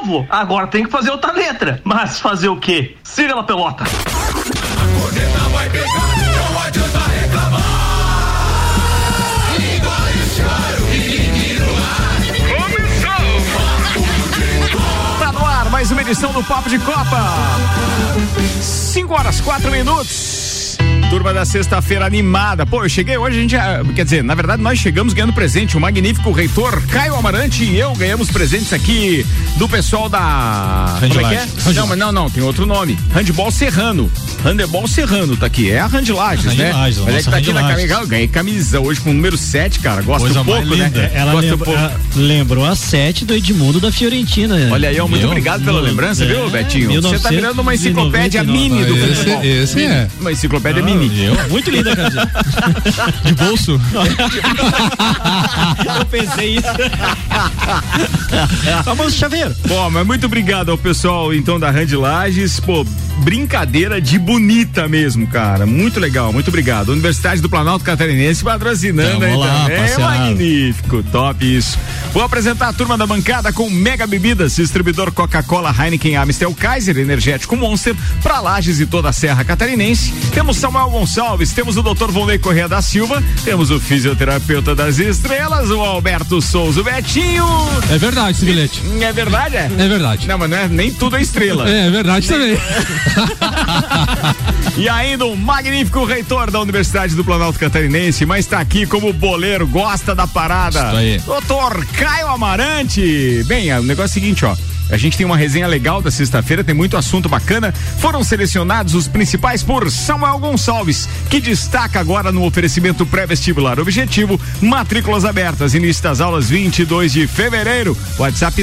novo, agora tem que fazer outra letra. Mas fazer o quê? Siga na pelota. A corneta vai pegar, não adianta reclamar. Igual Tá no ar, mais uma edição do Papo de Copa. 5h04. Turma da sexta-feira animada. Pô, eu cheguei hoje, a gente quer dizer, na verdade nós chegamos ganhando presente. O magnífico reitor Caio Amarante e eu ganhamos presentes aqui do pessoal da... Como é que é? Não, tem outro nome. Handball Serrano. Handebol Serrano tá aqui. É a Randilages, né? Mas é que tá aqui na camisa. Ganhei camisa hoje com o número 7, cara. Gosto pouco, né? Ela lembrou a 7 do Edmundo da Fiorentina. Olha aí, muito obrigado pela lembrança, viu, Betinho? Você tá virando uma enciclopédia mini do futebol. Esse é. Uma enciclopédia mini. Muito linda a camisa. De bolso? Eu pensei isso. Famoso chaveiro. Bom, mas muito obrigado ao pessoal, então, da Randilages. Pô, brincadeira de bonita mesmo, cara. Muito legal, muito obrigado. Universidade do Planalto Catarinense patrocinando aí também. É magnífico, top isso. Vou apresentar a turma da bancada com Mega Bebidas, distribuidor Coca-Cola, Heineken, Amstel, Kaiser, Energético Monster, pra Lages e toda a Serra Catarinense. Temos Samuel Gonçalves, temos o Dr. Volney Corrêa da Silva, temos o fisioterapeuta das estrelas, o Alberto Souza, o Betinho. É verdade esse bilhete. É verdade, é? É verdade. Não, mas não é, nem tudo é estrela. É verdade também. E ainda um magnífico reitor da Universidade do Planalto Catarinense, mas tá aqui como boleiro, gosta da parada. Isso aí. Doutor Caio Amarante. Bem, o negócio é o seguinte, ó. A gente tem uma resenha legal da sexta-feira, tem muito assunto bacana. Foram selecionados os principais por Samuel Gonçalves, que destaca agora no oferecimento pré-vestibular Objetivo, matrículas abertas, início das aulas 22 de fevereiro. WhatsApp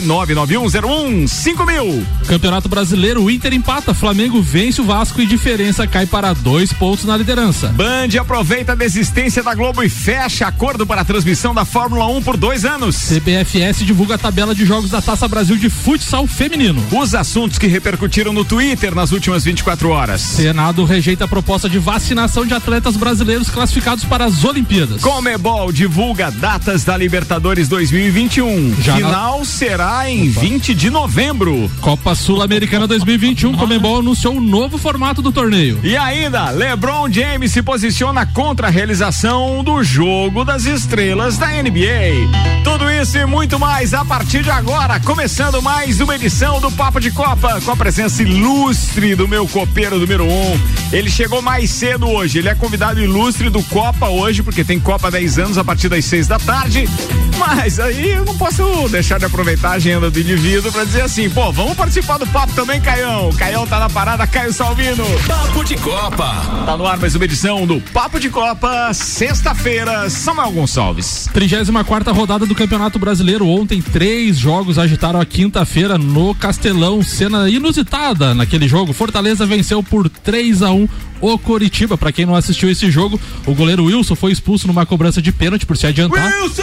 991015000. Campeonato Brasileiro, o Inter empata, Flamengo vence o Vasco e diferença cai para 2 pontos na liderança. Band aproveita a desistência da Globo e fecha acordo para a transmissão da Fórmula 1 por 2 anos. CBFS divulga a tabela de jogos da Taça Brasil de futsal feminino. Os assuntos que repercutiram no Twitter nas últimas 24 horas. Senado rejeita a proposta de vacinação de atletas brasileiros classificados para as Olimpíadas. Comebol divulga datas da Libertadores 2021. Final será em 20 de novembro. Copa Sul-Americana 2021. Comebol anunciou um novo formato do torneio. E ainda, LeBron James se posiciona contra a realização do Jogo das Estrelas da NBA. Tudo isso e muito mais a partir de agora, começando mais uma edição do Papo de Copa, com a presença ilustre do meu copeiro número 1. Ele chegou mais cedo hoje, ele é convidado ilustre do Copa hoje, porque tem Copa 10 anos a partir das 6 da tarde, mas aí eu não posso deixar de aproveitar a agenda do indivíduo pra dizer assim, pô, vamos participar do Papo também, Caião. Caião tá na parada, Caio Salvino. Papo de Copa. Tá no ar mais uma edição do Papo de Copa, sexta-feira, Samuel Gonçalves. 34ª rodada do Campeonato Brasileiro. Ontem 3 jogos agitaram a quinta-feira no Castelão, cena inusitada naquele jogo. Fortaleza venceu por 3-1 o Coritiba. Pra quem não assistiu esse jogo, o goleiro Wilson foi expulso numa cobrança de pênalti por se adiantar. Wilson!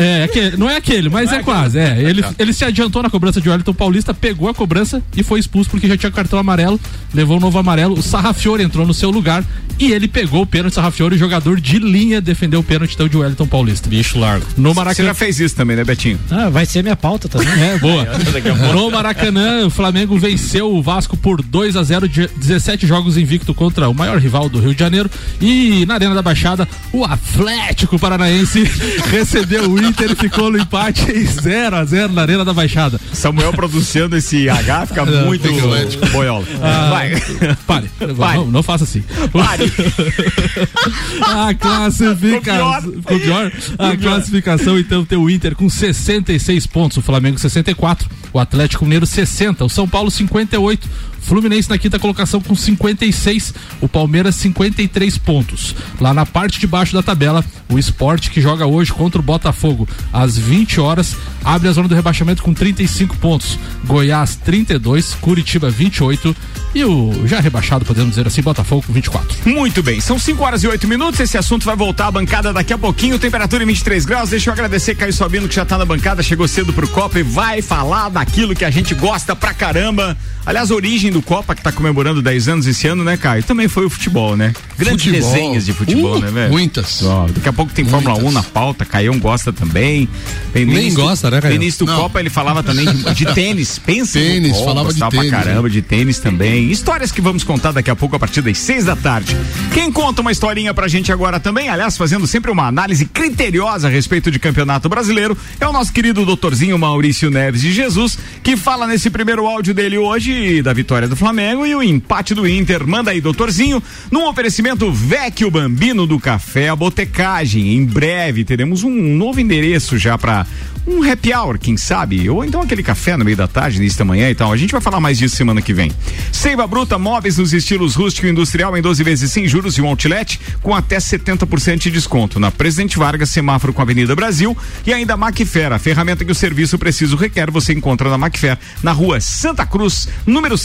Não é aquele, mas é quase. Ele se adiantou na cobrança de Wellington Paulista, pegou a cobrança e foi expulso porque já tinha cartão amarelo, levou um novo amarelo. O Sarrafiore entrou no seu lugar e ele pegou o pênalti. Sarrafiore, jogador de linha, defendeu o pênalti então de Wellington Paulista. Bicho largo. No Maracanã. Você já fez isso também, né, Betinho? Vai ser minha pauta também. Boa. No Maracanã, o Flamengo venceu o Vasco por 2-0, 17 jogos invicto contra o maior rival do Rio de Janeiro. E na Arena da Baixada, o Atlético Paranaense recebeu o Inter e ficou no empate em 0-0 na Arena da Baixada. Samuel pronunciando esse H fica muito boiola. Pare. Não faça assim. Pare. A classificação. Ficou pior? A classificação, então, tem o Inter com 66 pontos, o Flamengo 64, o Atlético Mineiro 60, o São Paulo 58, Fluminense na quinta colocação com 56, o Palmeiras 53 pontos. Lá na parte de baixo da tabela, o Sport, que joga hoje contra o Botafogo às 20 horas, abre a zona do rebaixamento com 35 pontos. Goiás 32, Curitiba 28 e o já rebaixado, podemos dizer assim, Botafogo com 24. Muito bem, são 5h08. Esse assunto vai voltar à bancada daqui a pouquinho, temperatura em 23 graus. Deixa eu agradecer Caio Sabino, que já tá na bancada, chegou cedo pro Copa e vai falar daquilo que a gente gosta pra caramba. Aliás, a origem do Copa, que tá comemorando 10 anos esse ano, né, Caio? Também foi o futebol, né? Grandes resenhas de futebol, né, velho? Muitas. Daqui a pouco tem Fórmula 1 na pauta, Caião gosta também. Nem gosta, né, Caião? Benício do Copa, ele falava também de tênis. Pensa tênis, Copa, falava de tênis. Pra caramba, de tênis também. Histórias que vamos contar daqui a pouco a partir das 6 da tarde. Quem conta uma historinha pra gente agora também, aliás, fazendo sempre uma análise criteriosa a respeito de campeonato brasileiro, é o nosso querido doutorzinho Maurício Neves de Jesus, que fala nesse primeiro áudio dele hoje da vitória do Flamengo e o empate do Inter. Manda aí, doutorzinho, num oferecimento Vecchio Bambino do Café a Botecagem. Em breve teremos um novo endereço já pra um happy hour, quem sabe, ou então aquele café no meio da tarde, início da manhã e tal. A gente vai falar mais disso semana que vem. Seiva Bruta, móveis nos estilos rústico e industrial em 12 vezes sem juros e um outlet com até 70% de desconto. Na Presidente Vargas, semáforo com a Avenida Brasil, e ainda Macfer, a ferramenta que o serviço preciso requer, você encontra na Macfer, na rua Santa Cruz, número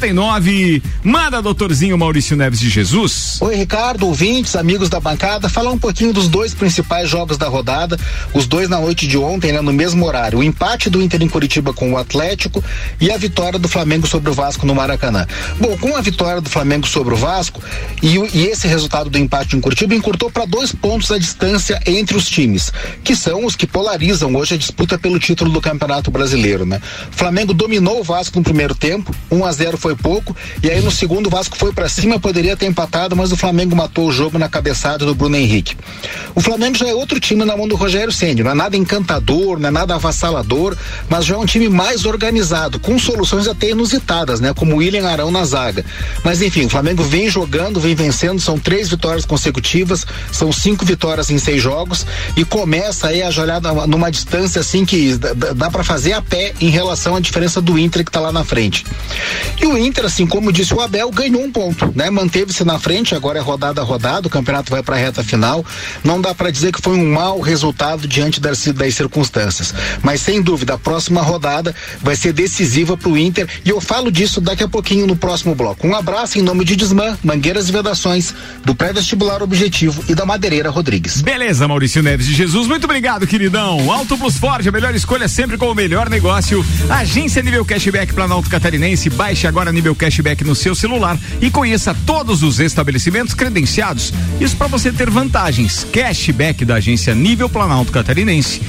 79. Manda, doutorzinho Maurício Neves de Jesus. Oi, Ricardo, ouvintes, amigos da bancada, falar um pouquinho dos dois principais jogos da rodada, os dois na noite de ontem, né, no mesmo horário, o empate do Inter em Curitiba com o Atlético e a vitória do Flamengo sobre o Vasco no Maracanã. Bom, com a vitória do Flamengo sobre o Vasco e esse resultado do empate em Curitiba encurtou para 2 pontos a distância entre os times, que são os que polarizam hoje a disputa pelo título do Campeonato Brasileiro, né? O Flamengo dominou o Vasco no primeiro tempo, 1-0 foi pouco, e aí no segundo o Vasco foi para cima, poderia ter empatado, mas o Flamengo matou o jogo na cabeçada do Bruno Henrique. O Flamengo já é outro time na mão do Rogério Ceni, não é nada encantador, não é nada avassalador, mas já é um time mais organizado, com soluções até inusitadas, né? Como o William Arão na zaga. Mas enfim, o Flamengo vem jogando, vem vencendo, são 3 vitórias consecutivas, são 5 vitórias em 6 jogos e começa aí a jogar numa distância assim que dá para fazer a pé em relação à diferença do Inter que tá lá na frente. E o Inter, assim como disse o Abel, ganhou um ponto, né? Manteve-se na frente, agora é rodada a rodada, o campeonato vai para a reta final. Não dá para dizer que foi um mau resultado diante das circunstâncias, mas sem dúvida a próxima rodada vai ser decisiva pro Inter e eu falo disso daqui a pouquinho no próximo bloco. Um abraço em nome de Desmã, Mangueiras e Vedações, do Pré-Vestibular Objetivo e da Madeireira Rodrigues. Beleza, Maurício Neves de Jesus, muito obrigado, queridão. Auto Plus Ford, a melhor escolha sempre com o melhor negócio. Agência Nível Cashback Planalto Catarinense, baixe agora Nível Cashback no seu celular e conheça todos os estabelecimentos credenciados. Isso para você ter vantagens. Cashback da Agência Nível Planalto Catarinense,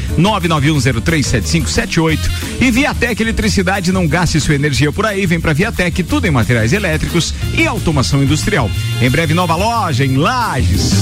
991037578. E Viatec Eletricidade, não gaste sua energia por aí, vem pra Viatec, tudo em materiais elétricos e automação industrial. Em breve, nova loja em Lages.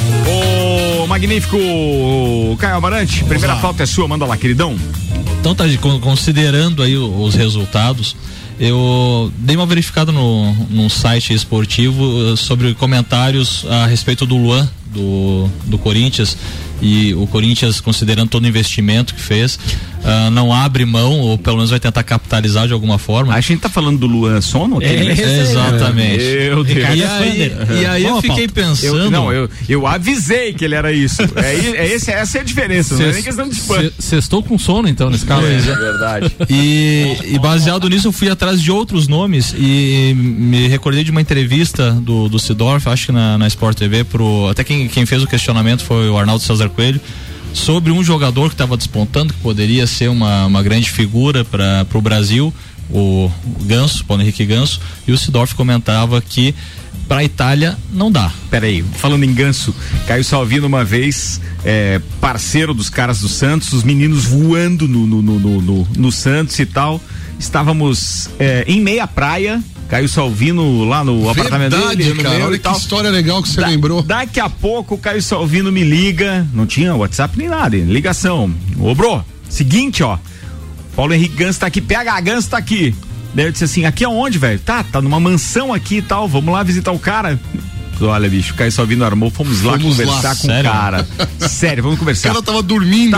O magnífico Caio Amarante, primeira pauta é sua, manda lá, queridão. Então tá, considerando aí os resultados, eu dei uma verificada num site esportivo sobre comentários a respeito do Luan, do Corinthians, e o Corinthians, considerando todo o investimento que fez, não abre mão, ou pelo menos vai tentar capitalizar de alguma forma. A gente tá falando do Luan Sono? Exatamente. Meu Deus. E aí eu fiquei pensando. Eu avisei que ele era isso. Essa é a diferença, não é nem questão de spam. Sextou com sono, então, nesse caso. É verdade. E baseado nisso, eu fui atrás de outros nomes e me recordei de uma entrevista do Sidorf, acho que na Sport TV, até quem fez o questionamento foi o Arnaldo César Coelho, sobre um jogador que estava despontando, que poderia ser uma grande figura para o Brasil, o Ganso, Paulo Henrique Ganso, e o Sidorf comentava que para a Itália não dá. Peraí, falando em Ganso, Caio Salvino uma vez, parceiro dos caras do Santos, os meninos voando no Santos e tal, estávamos em meia praia, Caio Salvino lá no apartamento dele. Cara, olha que história legal que você lembrou. Daqui a pouco o Caio Salvino me liga, não tinha WhatsApp nem nada, ligação. Ô, bro, seguinte, ó, Paulo Henrique Ganso tá aqui, PH Ganso tá aqui. Daí eu disse assim, aqui aonde, velho? Tá numa mansão aqui e tal, vamos lá visitar o cara. Olha, bicho, o Caio Salvino armou, fomos lá conversar com o cara. Sério, vamos conversar. O cara tava dormindo.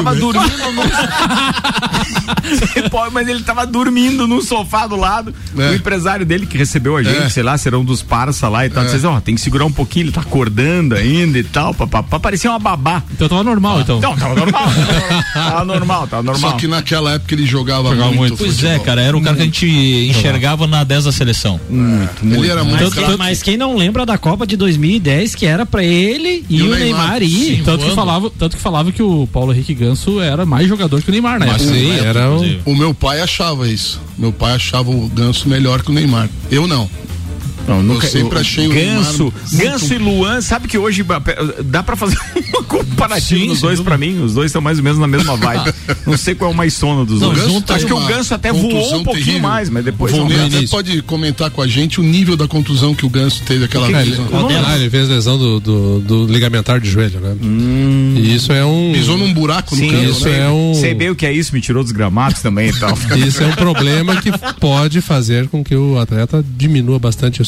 Mas ele tava dormindo no sofá do lado. O empresário dele que recebeu a gente, sei lá, será um dos parça lá e tal. Disse, tem que segurar um pouquinho, ele tá acordando ainda e tal. Parecia uma babá. Então tava normal, então. Não, tava normal. Tava normal. Só que naquela época ele jogava muito. Pois futebol. Cara, era o cara que a gente enxergava na 10 da seleção. Muito. Ele era muito. Mas quem não lembra da Copa de 2010, que era pra ele e o Neymar ir. Sim, tanto que falava que o Paulo Henrique Ganso era mais jogador que o Neymar, né? Mas sim, o meu pai achava isso. Meu pai achava o Ganso melhor que o Neymar. Eu não. Não, eu sempre achei o Ganso e Luan, sabe que hoje dá pra fazer uma comparativa dos dois pra mim, os dois estão mais ou menos na mesma vibe. Não sei qual é o mais sono dos dois. Acho que o Ganso até voou um pouquinho mais, mas depois... Você pode comentar com a gente o nível da contusão que o Ganso teve aquela vez. Ele fez lesão do ligamentar de joelho, né? E isso é um... Pisou num buraco no campo. Isso é um... Sei bem o que é isso, me tirou dos gramados também e tal. Isso é um problema que pode fazer com que o atleta diminua bastante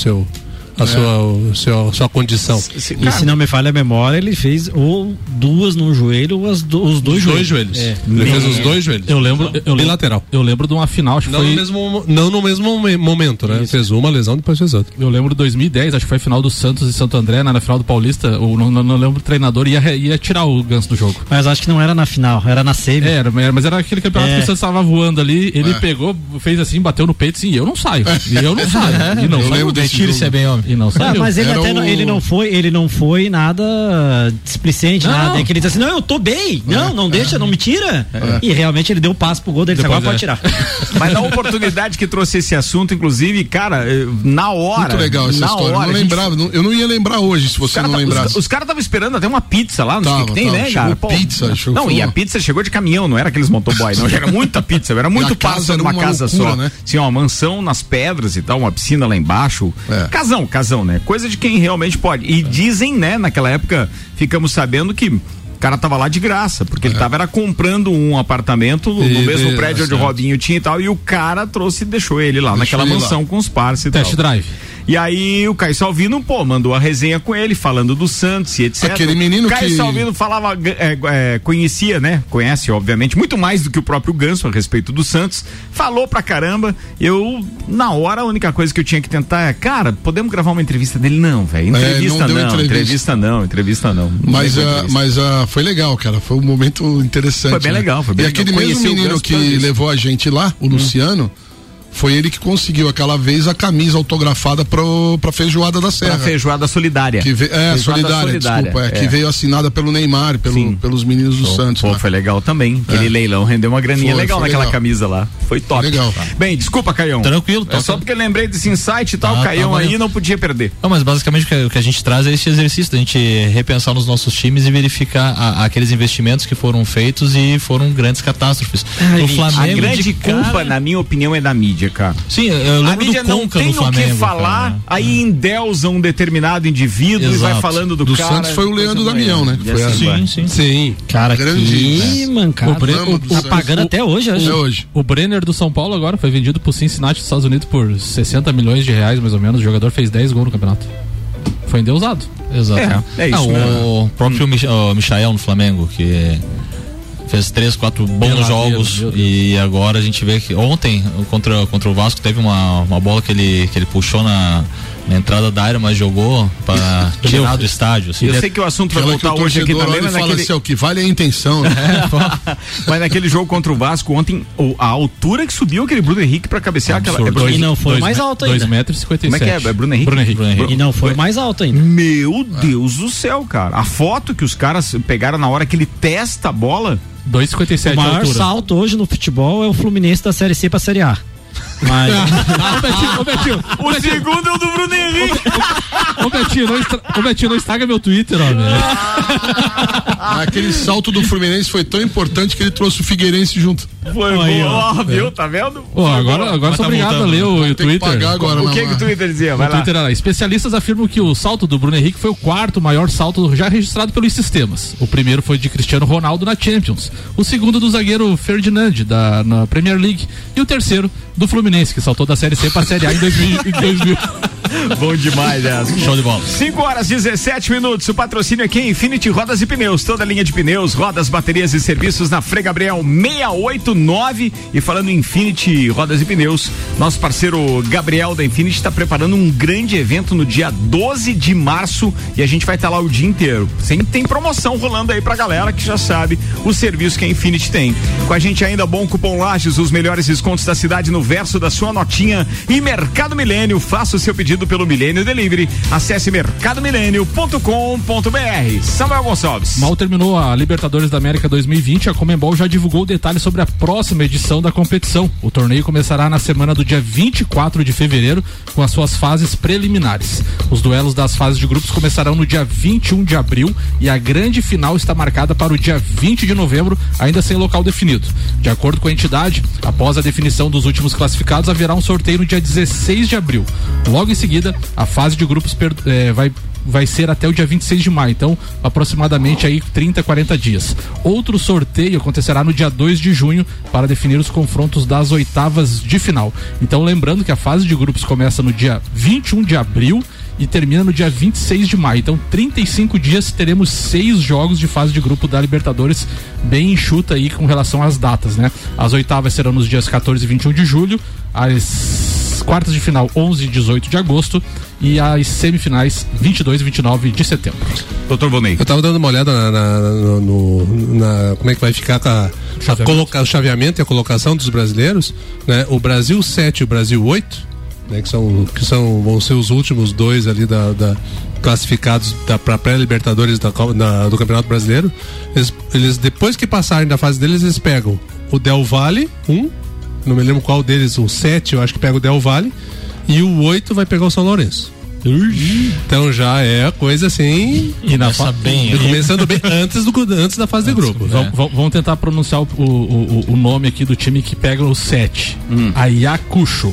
sua condição. E se não me falha a memória, ele fez ou duas no joelho ou os dois joelhos. Ele fez os dois joelhos. Eu lembro lateral. Eu lembro de uma final, acho que foi não no mesmo momento, né? Isso. Fez uma lesão, depois fez outra. Eu lembro de 2010, acho que foi a final do Santos e Santo André, na final do Paulista, não lembro, o treinador ia tirar o Ganso do jogo. Mas acho que não era na final, era na semi. Mas era aquele campeonato que o Santos estava voando ali, ele pegou, fez assim, bateu no peito assim, e eu não saio. E não saiu. Retire-se é bem homem. E não saiu. Mas ele não foi nada displicente, nada. É que ele disse assim, não, eu tô bem. Não deixa, não me tira. E realmente ele deu o passo pro gol dele, agora pode tirar. Mas na oportunidade que trouxe esse assunto, inclusive, cara, na hora. Muito legal essa história. Eu não lembrava, eu não ia lembrar hoje se você não lembrasse. Os caras estavam esperando até uma pizza lá, não sei o que tem, né, cara? Pizza, não, e a pizza chegou de caminhão, não era aqueles motoboy, não. Chega muita pizza, era muito passo numa casa só. Né? Assim, uma mansão nas pedras e tal, uma piscina lá embaixo. Casão, né? Coisa de quem realmente pode. E dizem, né, naquela época, ficamos sabendo que o cara tava lá de graça, porque ele tava comprando um apartamento no mesmo prédio onde o Robinho tinha e tal, e o cara trouxe e deixou ele lá naquela mansão com os parceiros e tal. Test drive. E aí o Caio Salvino, mandou a resenha com ele, falando do Santos e etc. Aquele menino Caio Salvino falava, conhecia, né? Conhece, obviamente, muito mais do que o próprio Ganso a respeito do Santos. Falou pra caramba. Eu, na hora, a única coisa que eu tinha que tentar é, cara, podemos gravar uma entrevista dele? Não, velho. Entrevista não. Mas foi legal, cara. Foi um momento interessante. Foi bem legal. E aquele mesmo menino que levou a gente lá, o Luciano, foi ele que conseguiu aquela vez a camisa autografada pra Feijoada da Serra. Pra Feijoada Solidária. Solidária, desculpa. Que veio assinada pelo Neymar, pelos meninos do Santos. Foi legal também. Aquele leilão rendeu uma graninha legal naquela camisa lá. Foi top. Legal. Bem, desculpa, Caião. Tranquilo. Só porque eu lembrei desse insight e tal, Caião aí não podia perder. Não, mas basicamente o que a gente traz é esse exercício da gente repensar nos nossos times e verificar aqueles investimentos que foram feitos e foram grandes catástrofes. O Flamengo, a grande culpa, na minha opinião, é da mídia, cara. Sim, eu lembro a mídia do Conca não tem no Flamengo, o que falar, cara. Aí endeusa um determinado indivíduo. Exato. E vai falando do cara. Santos foi o Leandro Damião, né? Foi assim, sim. Cara, que mancada. Tá pagando até hoje. O Brenner do São Paulo agora foi vendido pro Cincinnati dos Estados Unidos por 60 milhões de reais, mais ou menos. O jogador fez 10 gols no campeonato. Foi endeusado. Exato. É isso, o próprio Michael no Flamengo, que fez 3, 4 bons jogos. E agora a gente vê que ontem contra o Vasco teve uma bola que ele puxou na entrada da área, mas jogou para tirar do estádio. Assim. Eu sei que o assunto vai voltar hoje aqui também, mas fala assim, o que vale é a intenção. Né? Mas naquele jogo contra o Vasco ontem, a altura que subiu aquele Bruno Henrique para cabecear aquela... E não foi mais alto ainda. 2,57 m. Como é que é? É Bruno Henrique? E não foi mais alto ainda. Meu Deus do céu, cara. A foto que os caras pegaram na hora que ele testa a bola... 2,57 o maior salto hoje no futebol é o Fluminense da Série C pra Série A. Mas... o segundo é o do Bruno Henrique. Ô Betinho, não estraga meu Twitter, ó, velho. Aquele salto do Fluminense foi tão importante que ele trouxe o Figueirense junto. Foi bom, viu? Tá vendo? Agora sou obrigado a ler o Twitter. O que o Twitter dizia? Vai lá. Twitter era, especialistas afirmam que o salto do Bruno Henrique foi o 4º maior salto já registrado pelos sistemas. O primeiro foi de Cristiano Ronaldo na Champions. O segundo do zagueiro Ferdinand na Premier League. E o terceiro do Fluminense, que saltou da Série C para a Série A em 2000. Bom demais, show de bola. 5h17. O patrocínio aqui é Infinity Rodas e Pneus, toda linha de pneus, rodas, baterias e serviços na Frei Gabriel 689. E falando em Infinity Rodas e Pneus, nosso parceiro Gabriel da Infinity está preparando um grande evento no dia 12 de março e a gente vai estar lá o dia inteiro. Sempre tem promoção rolando aí pra galera que já sabe o serviço que a Infinity tem. Com a gente ainda, bom cupom Lages, os melhores descontos da cidade no verso da sua notinha. E Mercado Milênio, faça o seu pedido atendido pelo Milênio Delivery. Acesse mercadomilênio.com.br. Samuel Gonçalves. Mal terminou a Libertadores da América 2020, a Conmebol já divulgou detalhes sobre a próxima edição da competição. O torneio começará na semana do dia 24 de fevereiro, com as suas fases preliminares. Os duelos das fases de grupos começarão no dia 21 de abril e a grande final está marcada para o dia 20 de novembro, ainda sem local definido. De acordo com a entidade, após a definição dos últimos classificados, haverá um sorteio no dia 16 de abril. Logo em seguida, a fase de grupos vai ser até o dia 26 de maio, então aproximadamente aí 30, 40 dias. Outro sorteio acontecerá no dia 2 de junho para definir os confrontos das oitavas de final. Então lembrando que a fase de grupos começa no dia 21 de abril e termina no dia 26 de maio. Então 35 dias teremos 6 jogos de fase de grupo da Libertadores, bem enxuta aí com relação às datas, né? As oitavas serão nos dias 14 e 21 de julho, as quartas de final 11 e 18 de agosto e as semifinais 22 e 29 de setembro. Doutor Vonei. Eu tava dando uma olhada como é que vai ficar o chaveamento e a colocação dos brasileiros, né? O Brasil 7 e o Brasil 8, né, vão ser os últimos dois ali classificados para pré-libertadores do Campeonato Brasileiro. Eles depois que passarem da fase deles, eles pegam o Del Valle, não me lembro qual deles, o 7 eu acho que pega o Del Valle, e o 8 vai pegar o São Lourenço. Então já é a coisa assim. Começando bem antes da fase de grupo. Vamos tentar pronunciar o nome aqui do time que pega o 7. Ayacucho.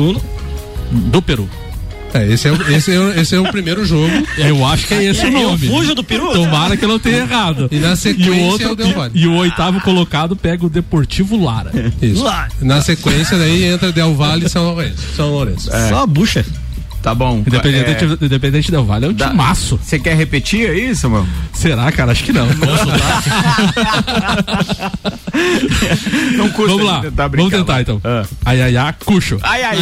Do Peru. Esse é o primeiro jogo. Eu acho que é esse o nome. Eu fujo do Peru. Tomara que eu não tenha errado. E na sequência é o Del Valle. E o oitavo colocado pega o Deportivo Lara. Isso. Na sequência daí entra Del Valle e São Lourenço. Só a bucha. Tá bom. Independente Del Valle é um timaço. Você quer repetir aí, Samuel? Será, cara? Acho que não. Não custa. Vamos lá. Vamos tentar então. Ayacucho.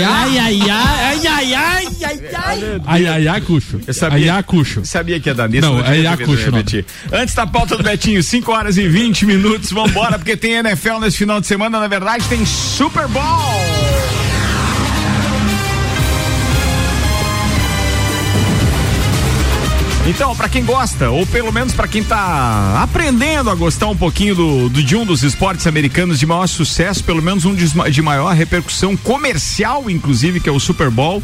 Ayacucho. Eu sabia que ia dar nisso. Não, é Ayacucho. Antes da pauta do Betinho, 5 horas e 20 minutos. Vambora, porque tem NFL nesse final de semana. Na verdade, tem Super Bowl. Então, pra quem gosta, ou pelo menos pra quem tá aprendendo a gostar um pouquinho de um dos esportes americanos de maior sucesso, pelo menos um de maior repercussão comercial, inclusive, que é o Super Bowl,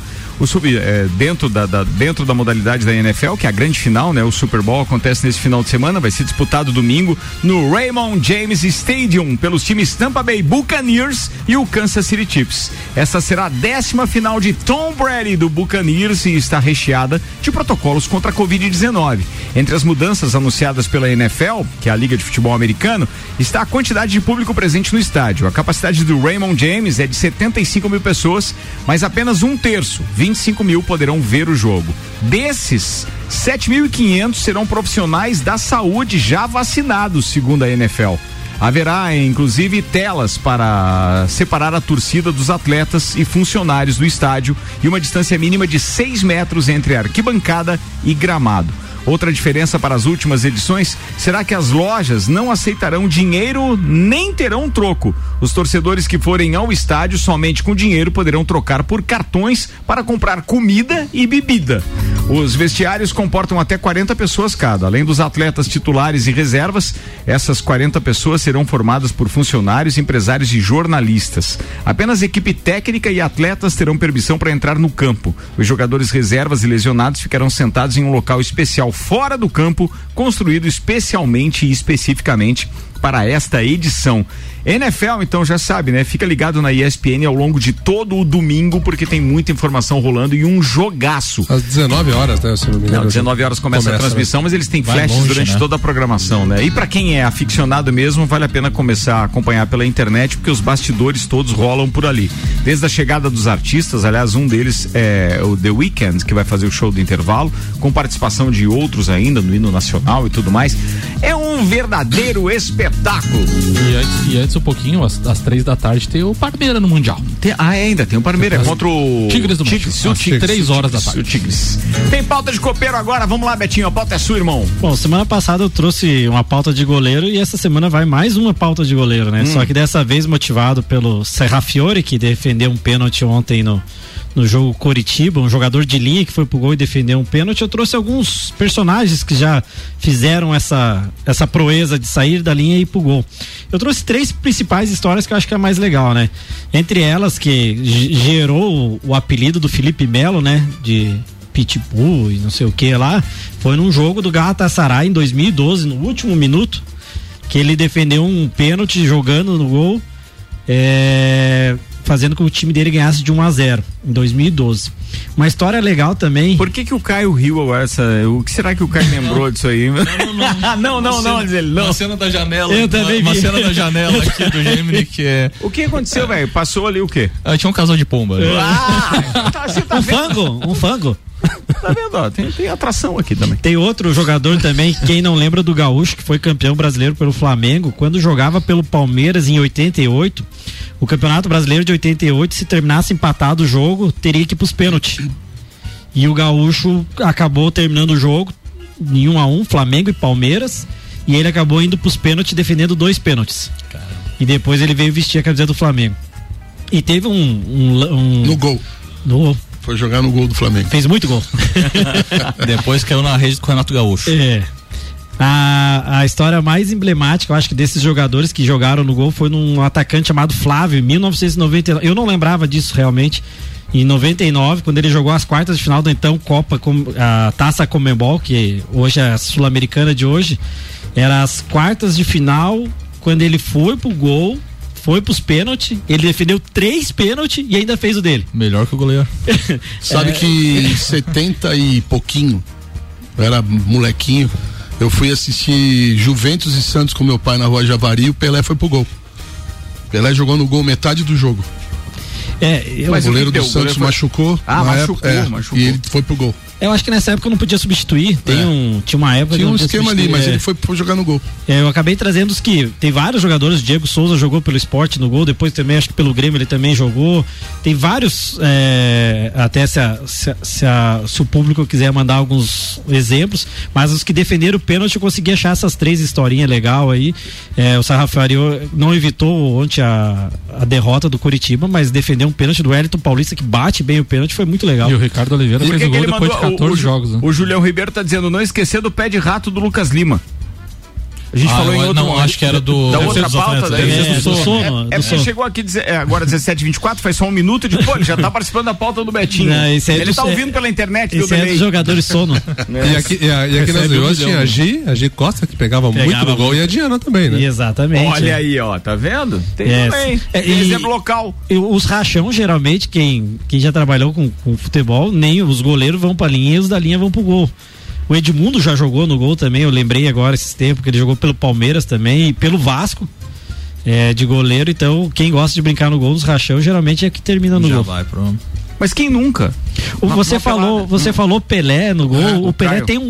dentro da modalidade da NFL, que é a grande final, né? O Super Bowl acontece nesse final de semana, vai ser disputado domingo no Raymond James Stadium pelos times Tampa Bay Buccaneers e o Kansas City Chiefs. Essa será a 10ª final de Tom Brady do Buccaneers e está recheada de protocolos contra a Covid-19. Entre as mudanças anunciadas pela NFL, que é a Liga de Futebol Americano, está a quantidade de público presente no estádio. A capacidade do Raymond James é de 75 mil pessoas, mas apenas 1/3, 25 mil, poderão ver o jogo. Desses, 7.500 serão profissionais da saúde já vacinados, segundo a NFL. Haverá, inclusive, telas para separar a torcida dos atletas e funcionários do estádio e uma distância mínima de 6 metros entre arquibancada e gramado. Outra diferença para as últimas edições será que as lojas não aceitarão dinheiro nem terão troco. Os torcedores que forem ao estádio somente com dinheiro poderão trocar por cartões para comprar comida e bebida. Os vestiários comportam até 40 pessoas cada. Além dos atletas titulares e reservas, essas 40 pessoas serão formadas por funcionários, empresários e jornalistas. Apenas equipe técnica e atletas terão permissão para entrar no campo. Os jogadores reservas e lesionados ficarão sentados em um local especial fora do campo, construído especialmente e especificamente para esta edição. NFL, então, já sabe, né? Fica ligado na ESPN ao longo de todo o domingo, porque tem muita informação rolando e um jogaço. Às 19 horas, né? Se não me engano. Não, 19 horas começa a transmissão, mas eles têm flashes durante toda a programação, né? E pra quem é aficionado mesmo, vale a pena começar a acompanhar pela internet, porque os bastidores todos rolam por ali. Desde a chegada dos artistas, aliás, um deles é o The Weeknd, que vai fazer o show do intervalo, com participação de outros ainda, no hino nacional e tudo mais. É um verdadeiro espetáculo. E antes um pouquinho, às 3 da tarde, tem o Parmeira no Mundial. Ainda tem o Parmeira, contra o Tigres do México. 3 horas da tarde. O Tigres. Tem pauta de copeiro agora, vamos lá, Betinho, a pauta é sua, irmão. Bom, semana passada eu trouxe uma pauta de goleiro e essa semana vai mais uma pauta de goleiro, né? Só que dessa vez motivado pelo Serrafiore, que defendeu um pênalti ontem no no jogo Coritiba, um jogador de linha que foi pro gol e defendeu um pênalti. Eu trouxe alguns personagens que já fizeram essa proeza de sair da linha e ir pro gol. Eu trouxe 3 principais histórias que eu acho que é mais legal, né? Entre elas, que gerou o apelido do Felipe Melo, né? De Pitbull e não sei o que lá, foi num jogo do Galatasaray em 2012, no último minuto, que ele defendeu um pênalti jogando no gol, fazendo com que o time dele ganhasse de 1-0 em 2012. Uma história legal também. Por que o Caio riu agora? O que será que o Caio lembrou disso aí? Não, diz ele. Não. Uma cena da janela. Eu também vi. Uma cena da janela aqui do Gemini que é. O que aconteceu, velho? Passou ali o quê? Tinha um casal de pomba. Um fango. Tá vendo? Ó, tem atração aqui também. Tem outro jogador também, quem não lembra do Gaúcho, que foi campeão brasileiro pelo Flamengo, quando jogava pelo Palmeiras em 88, o Campeonato Brasileiro de 88, se terminasse empatado o jogo, teria que ir pros pênaltis. E o Gaúcho acabou terminando o jogo em 1-1, Flamengo e Palmeiras, e ele acabou indo pros pênaltis, defendendo 2 pênaltis. Caramba. E depois ele veio vestir a camiseta do Flamengo. E teve no gol. Foi jogar no gol do Flamengo. Fez muito gol. Depois caiu na rede com o Renato Gaúcho. A história mais emblemática, eu acho que desses jogadores que jogaram no gol foi num atacante chamado Flávio, em 1999. Eu não lembrava disso realmente. Em 99, quando ele jogou as quartas de final da então Copa, a Taça Conmebol, que hoje é a Sul-Americana de hoje, era as quartas de final, quando ele foi pro gol, foi pros pênaltis, ele defendeu 3 pênaltis e ainda fez o dele. Melhor que o goleiro. Sabe que em 70 e pouquinho, eu era molequinho, eu fui assistir Juventus e Santos com meu pai na Rua Javari e o Pelé foi pro gol. Pelé jogou no gol metade do jogo. O goleiro do Santos machucou. Machucou. E ele foi pro gol. Eu acho que nessa época não podia substituir. Tinha uma época. Tinha um esquema ali, mas ele foi jogar no gol. Eu acabei trazendo os que. Tem vários jogadores. Diego Souza jogou pelo Sport no gol. Depois também, acho que pelo Grêmio ele também jogou. Tem vários. Até se o público quiser mandar alguns exemplos. Mas os que defenderam o pênalti, eu consegui achar essas 3 historinhas legais aí. O Sarrafiori não evitou ontem a derrota do Coritiba, mas defendeu um pênalti do Wellington Paulista, que bate bem o pênalti. Foi muito legal. E o Ricardo Oliveira fez o gol depois de 14 jogos. Né? O Julião Ribeiro tá dizendo, não esquecer do pé de rato do Lucas Lima. A gente falou em outro momento. Acho que era da outra pauta do sono. Porque chegou aqui agora 17h24, faz só 1 minuto de ele já tá participando da pauta do Betinho. Ele tá ouvindo pela internet, viu, dos jogadores sono. E aqui nas Leões tinha a G Costa, que pegava muito no gol, e a Diana também, né? Exatamente. Olha aí, ó, tá vendo? Tem também. Tem exemplo local. Os rachão, geralmente, quem já trabalhou com futebol, nem os goleiros vão pra linha e os da linha vão pro gol. O Edmundo já jogou no gol também, eu lembrei agora esses tempos, que ele jogou pelo Palmeiras também e pelo Vasco, de goleiro. Então, quem gosta de brincar no gol, os rachão, geralmente é que termina no gol. Mas quem nunca? Você falou Pelé no gol. O Pelé Caio. Tem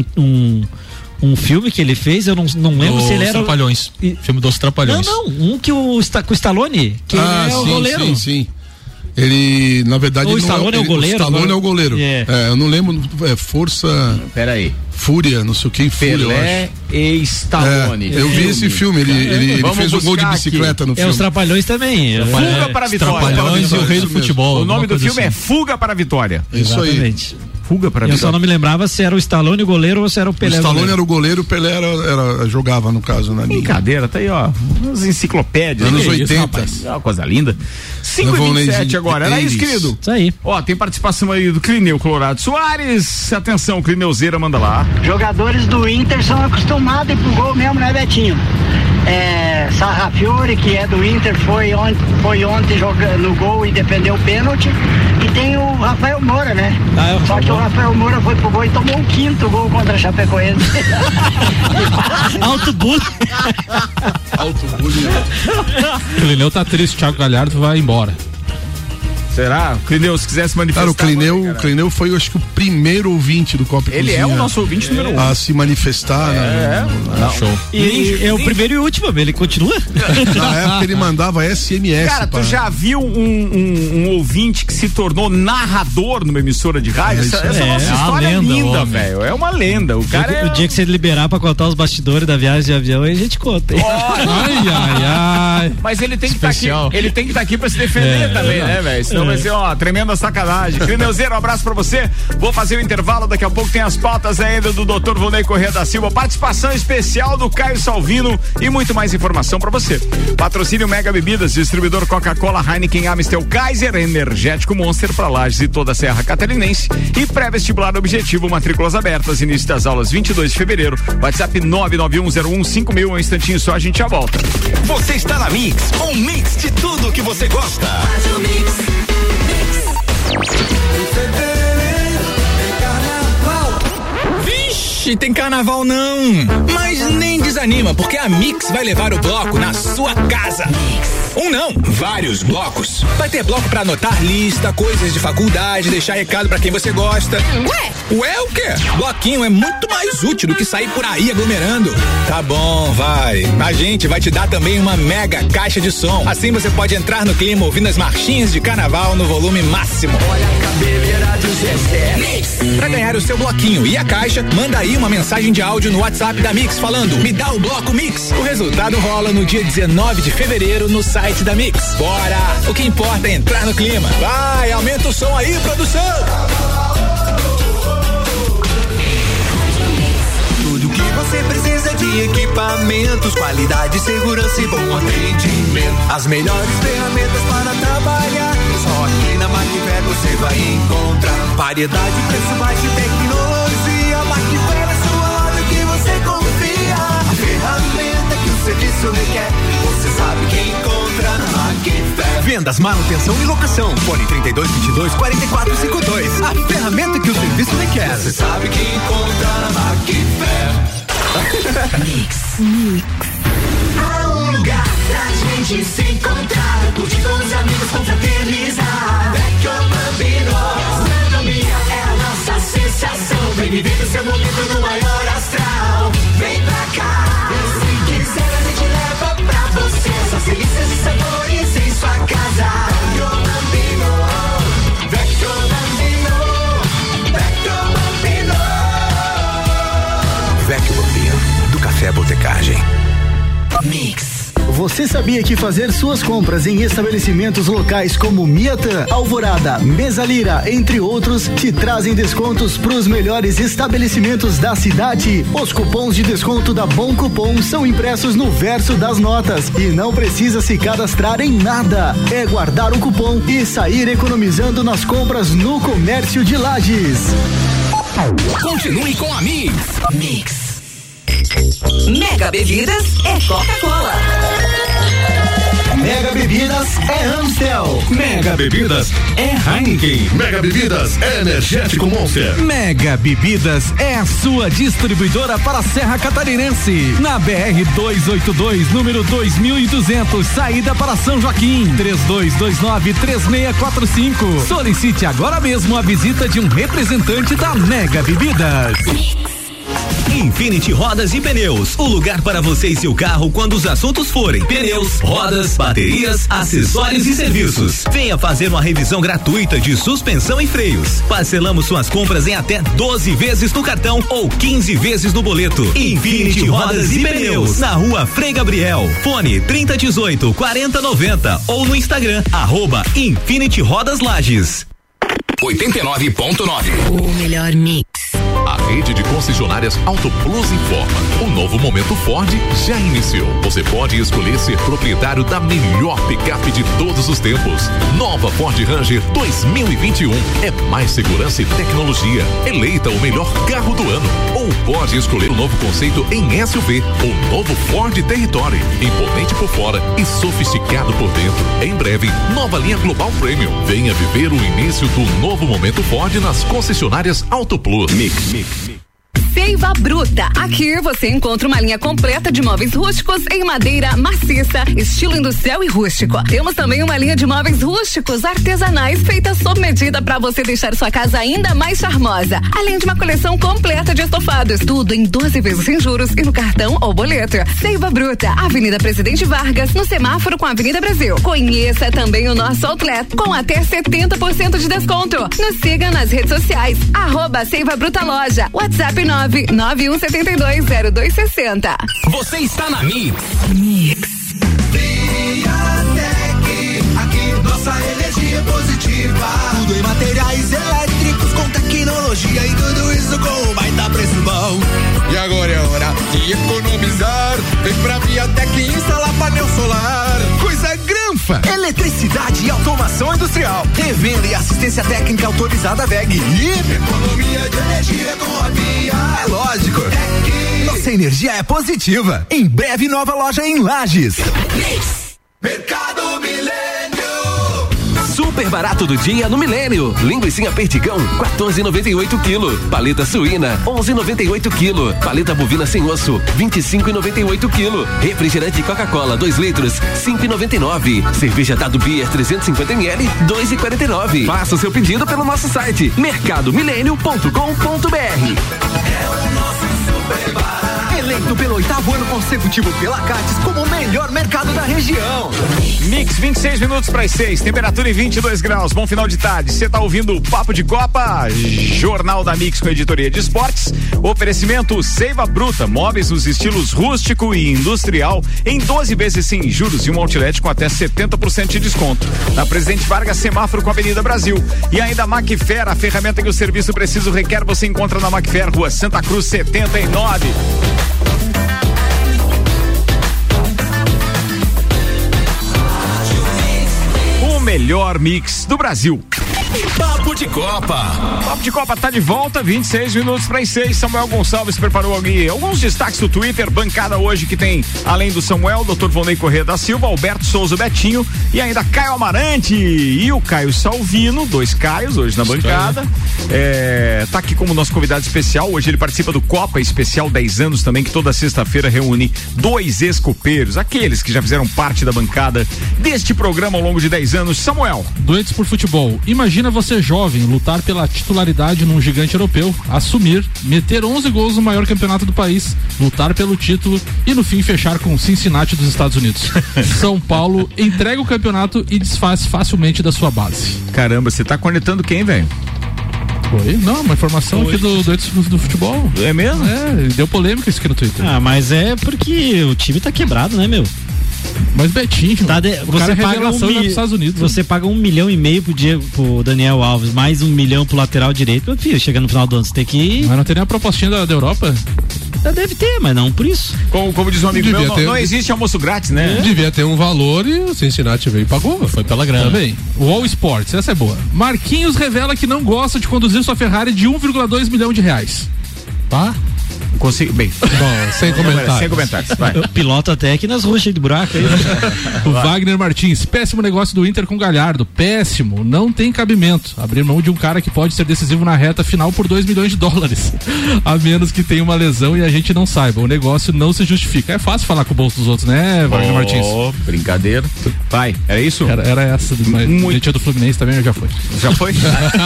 um filme que ele fez, eu não lembro se ele era. Trapalhões. Filme dos Trapalhões. Não, um que com o Stallone, que é o goleiro. Sim. Ele, na verdade, o Stallone é o goleiro. O Stallone é o goleiro. Eu não lembro. Força. Peraí. Fúria, não sei o que. Pelé e Stallone. Eu vi esse filme. Ele fez um gol de bicicleta no filme. Os Trapalhões também. Fuga para a Vitória. Trapalhões e o Rei do Futebol. O nome do filme é Fuga para a Vitória. Isso aí. Fuga para a Vitória. Eu só não me lembrava se era o Stallone o goleiro ou se era o Pelé. O Stallone era o goleiro, o Pelé jogava, no caso, na linha. Brincadeira, tá aí, ó. Umas enciclopédias. Anos 80. Uma coisa linda. 5h27 agora, era isso, querido? Isso aí. Ó, tem participação aí do Clineu Colorado Soares. Atenção, Clineuzeira, manda lá. Jogadores do Inter são acostumados a ir pro gol mesmo, né, Betinho? Sarrafiori, que é do Inter, foi ontem jogando no gol e defendeu o pênalti. E tem o Rafael Moura, né? Só que o Rafael Moura foi pro gol e tomou o 5º gol contra a Chapecoense. Alto bullying. O Clineu tá triste, o Thiago Galhardo vai embora. Será? Clineu, se quiser se manifestar. Cara, o Clineu foi, acho que, o primeiro ouvinte do Copa e Ele Cozinha é o nosso ouvinte número 1. A se manifestar. Show. E é o primeiro e último, ele continua? Na época ele mandava SMS. Cara, tu já viu um ouvinte que se tornou narrador numa emissora de rádio? Essa nossa história é linda, velho. É uma lenda. O cara o dia que você liberar pra contar os bastidores da viagem de avião, aí a gente conta. Ai. Mas ele tem que estar aqui. Ele tem que estar aqui pra se defender também, né, velho? Então vai ser, tremenda sacanagem. Crineuzeiro, um abraço pra você. Vou fazer o intervalo, daqui a pouco tem as pautas ainda do Dr. Volney Corrêa da Silva, participação especial do Caio Salvino e muito mais informação pra você. Patrocínio Mega Bebidas, distribuidor Coca-Cola, Heineken, Amstel, Kaiser, Energético Monster pra Lages e toda a Serra Catarinense e pré-vestibular Objetivo, matrículas abertas, início das aulas 22 de fevereiro, WhatsApp 991015000, um instantinho só, a gente já volta. Você está na Mix, um mix de tudo que você gosta. Vixe, tem carnaval não, mas nem desanima, porque a Mix vai levar o bloco na sua casa. Um não, vários blocos. Vai ter bloco pra anotar lista, coisas de faculdade, deixar recado pra quem você gosta. Ué o quê? Bloquinho é muito mais útil do que sair por aí aglomerando. Tá bom, vai. A gente vai te dar também uma mega caixa de som. Assim você pode entrar no clima ouvindo as marchinhas de carnaval no volume máximo. Olha a cabeleira do Zezé. Pra ganhar o seu bloquinho e a caixa, manda aí uma mensagem de áudio no WhatsApp da Mix falando: me dá o bloco Mix. O resultado rola no dia 19 de fevereiro no site da Mix. Bora! O que importa é entrar no clima. Vai, aumenta o som aí, produção! Tudo que você precisa de equipamentos, qualidade, segurança e bom atendimento. As melhores ferramentas para trabalhar, só aqui na Macfer você vai encontrar. Variedade, preço baixo e tecnologia. Macfer é sua loja que você confia. A ferramenta que o serviço requer, você sabe que encontra na Macfer. Vendas, manutenção e locação. Fone 3222-4452. A ferramenta que o serviço requer. Você sabe que encontra na Macfer. Mix. Há um lugar pra gente se encontrar, curtir com os amigos, confraternizar. Vecchio Bambino, gastronomia é a nossa sensação. Vem viver o seu momento no maior astral. Vem pra cá, e se quiser a gente leva pra você. Só delícias e sabores em sua casa. Vecchio Bambino, Vecchio Bambino, Vecchio Bambino. Vecchio Bambino, do Café Botecagem. Mix. Você sabia que fazer suas compras em estabelecimentos locais como Miatã, Alvorada, Mesalira, entre outros, te trazem descontos para os melhores estabelecimentos da cidade? Os cupons de desconto da Bom Cupom são impressos no verso das notas e não precisa se cadastrar em nada. É guardar o cupom e sair economizando nas compras no comércio de Lages. Continue com a Mix. Mix. Mega Bebidas é Coca-Cola. Mega Bebidas é Amstel. Mega Bebidas é Heineken. Mega Bebidas é Energético Monster. Mega Bebidas é a sua distribuidora para a Serra Catarinense. Na BR 282, número 2200, saída para São Joaquim. 3229-3645. Solicite agora mesmo a visita de um representante da Mega Bebidas. Infinity Rodas e Pneus, o lugar para você e seu carro quando os assuntos forem pneus, rodas, baterias, acessórios e serviços. Venha fazer uma revisão gratuita de suspensão e freios. Parcelamos suas compras em até 12 vezes no cartão ou 15 vezes no boleto. Infinity Rodas e Pneus, na Rua Frei Gabriel. Fone 3018-4090 ou no Instagram @Infinity Rodas Lages. 89.9. O melhor mix. A rede de concessionárias Auto Plus informa: o novo momento Ford já iniciou. Você pode escolher ser proprietário da melhor picape de todos os tempos. Nova Ford Ranger 2021 é mais segurança e tecnologia. Eleita o melhor carro do ano. Ou pode escolher o novo conceito em SUV, o novo Ford Territory, imponente por fora e sofisticado por dentro. Em breve, nova linha Global Premium. Venha viver o início do novo momento Ford nas concessionárias Auto Plus. Seiva Bruta. Aqui você encontra uma linha completa de móveis rústicos em madeira maciça, estilo industrial e rústico. Temos também uma linha de móveis rústicos artesanais feitas sob medida para você deixar sua casa ainda mais charmosa. Além de uma coleção completa de estofados, tudo em 12 vezes sem juros e no cartão ou boleto. Seiva Bruta, Avenida Presidente Vargas, no semáforo com a Avenida Brasil. Conheça também o nosso outlet com até 70% de desconto. Nos siga nas redes sociais, @Seiva Bruta Loja, WhatsApp 991720260. Você está na Mix. Mix. Viatec, aqui nossa energia energia positiva. Tudo em materiais elétricos com tecnologia e tudo isso com um baita preço bom. E agora é hora de economizar. Vem pra Viatec instalar painel solar. Coisa granfa. Eletricidade e automação industrial. Revenda e assistência técnica autorizada VEG. E economia de energia com a Via. É lógico. Nossa energia é positiva. Em breve, nova loja em Lages. Mercado Milênio. Super barato do dia no Milênio. Linguicinha perdigão, 14,98 kg. Paleta suína, 11,98 kg. Paleta bovina sem osso, 25,98 kg. Refrigerante Coca-Cola 2 litros, 5,99. Cerveja Dado Beer 350 ml, 2,49. Faça o seu pedido pelo nosso site mercadomilênio.com.br. É o nosso super barato. Eleito pelo 8º ano consecutivo pela Cates como o melhor mercado da região. Mix, 26 minutos para as 6, temperatura em 22 graus, bom final de tarde. Você tá ouvindo o Papo de Copa, Jornal da Mix com editoria de esportes. Oferecimento Seiva Bruta, móveis nos estilos rústico e industrial, em 12 vezes sem juros e um outlet com até 70% de desconto. Na Presidente Vargas, semáforo com a Avenida Brasil. E ainda Macfer, a ferramenta que o serviço preciso requer, você encontra na Macfer, Rua Santa Cruz 79. Melhor mix do Brasil. Papo de Copa. Papo de Copa tá de volta, 26 minutos para as 6. Samuel Gonçalves preparou ali alguns destaques do Twitter. Bancada hoje que tem, além do Samuel, Dr. Vonei Corrêa da Silva, Alberto Souza Betinho e ainda Caio Amarante e o Caio Salvino, 2 Caios hoje na bancada. Tá aqui como nosso convidado especial. Hoje ele participa do Copa Especial 10 anos também, que toda sexta-feira reúne 2 ex-copeiros, aqueles que já fizeram parte da bancada deste programa ao longo de 10 anos. Samuel. Doentes por futebol. Imagina você jovem lutar pela titularidade num gigante europeu, assumir, meter 11 gols no maior campeonato do país, lutar pelo título e no fim fechar com Cincinnati dos Estados Unidos. São Paulo entrega o campeonato e desfaz facilmente da sua base. Caramba, você tá cornetando quem, velho? Foi? Não, uma informação aqui do futebol. É mesmo? Deu polêmica isso aqui no Twitter. Ah, mas é porque o time tá quebrado, né, meu? Mas Betinho, você paga Estados Unidos, você paga 1,5 milhão pro Daniel Alves, mais 1 milhão pro lateral direito. Meu filho, chega no final do ano, você tem que. Mas não tem nem a propostinha da Europa? Deve ter, mas não por isso. Como diz um amigo meu, não existe almoço grátis, né? Devia ter um valor e o Cincinnati veio e pagou. Foi pela grana. Também. O All Sports, essa é boa. Marquinhos revela que não gosta de conduzir sua Ferrari de 1,2 milhão de reais. Tá? Consigo, bem. Bom, sem comentários. Sem comentários. Vai. Eu piloto até aqui nas ruas cheias de buraco aí. O Wagner Martins, péssimo negócio do Inter com Galhardo, péssimo, não tem cabimento abrir mão de um cara que pode ser decisivo na reta final por 2 milhões de dólares, a menos que tenha uma lesão e a gente não saiba, o negócio não se justifica. É fácil falar com o bolso dos outros, né, Wagner Martins? Brincadeira. Vai, era isso? Era essa, mas a gente é do Fluminense também, já foi. Já foi?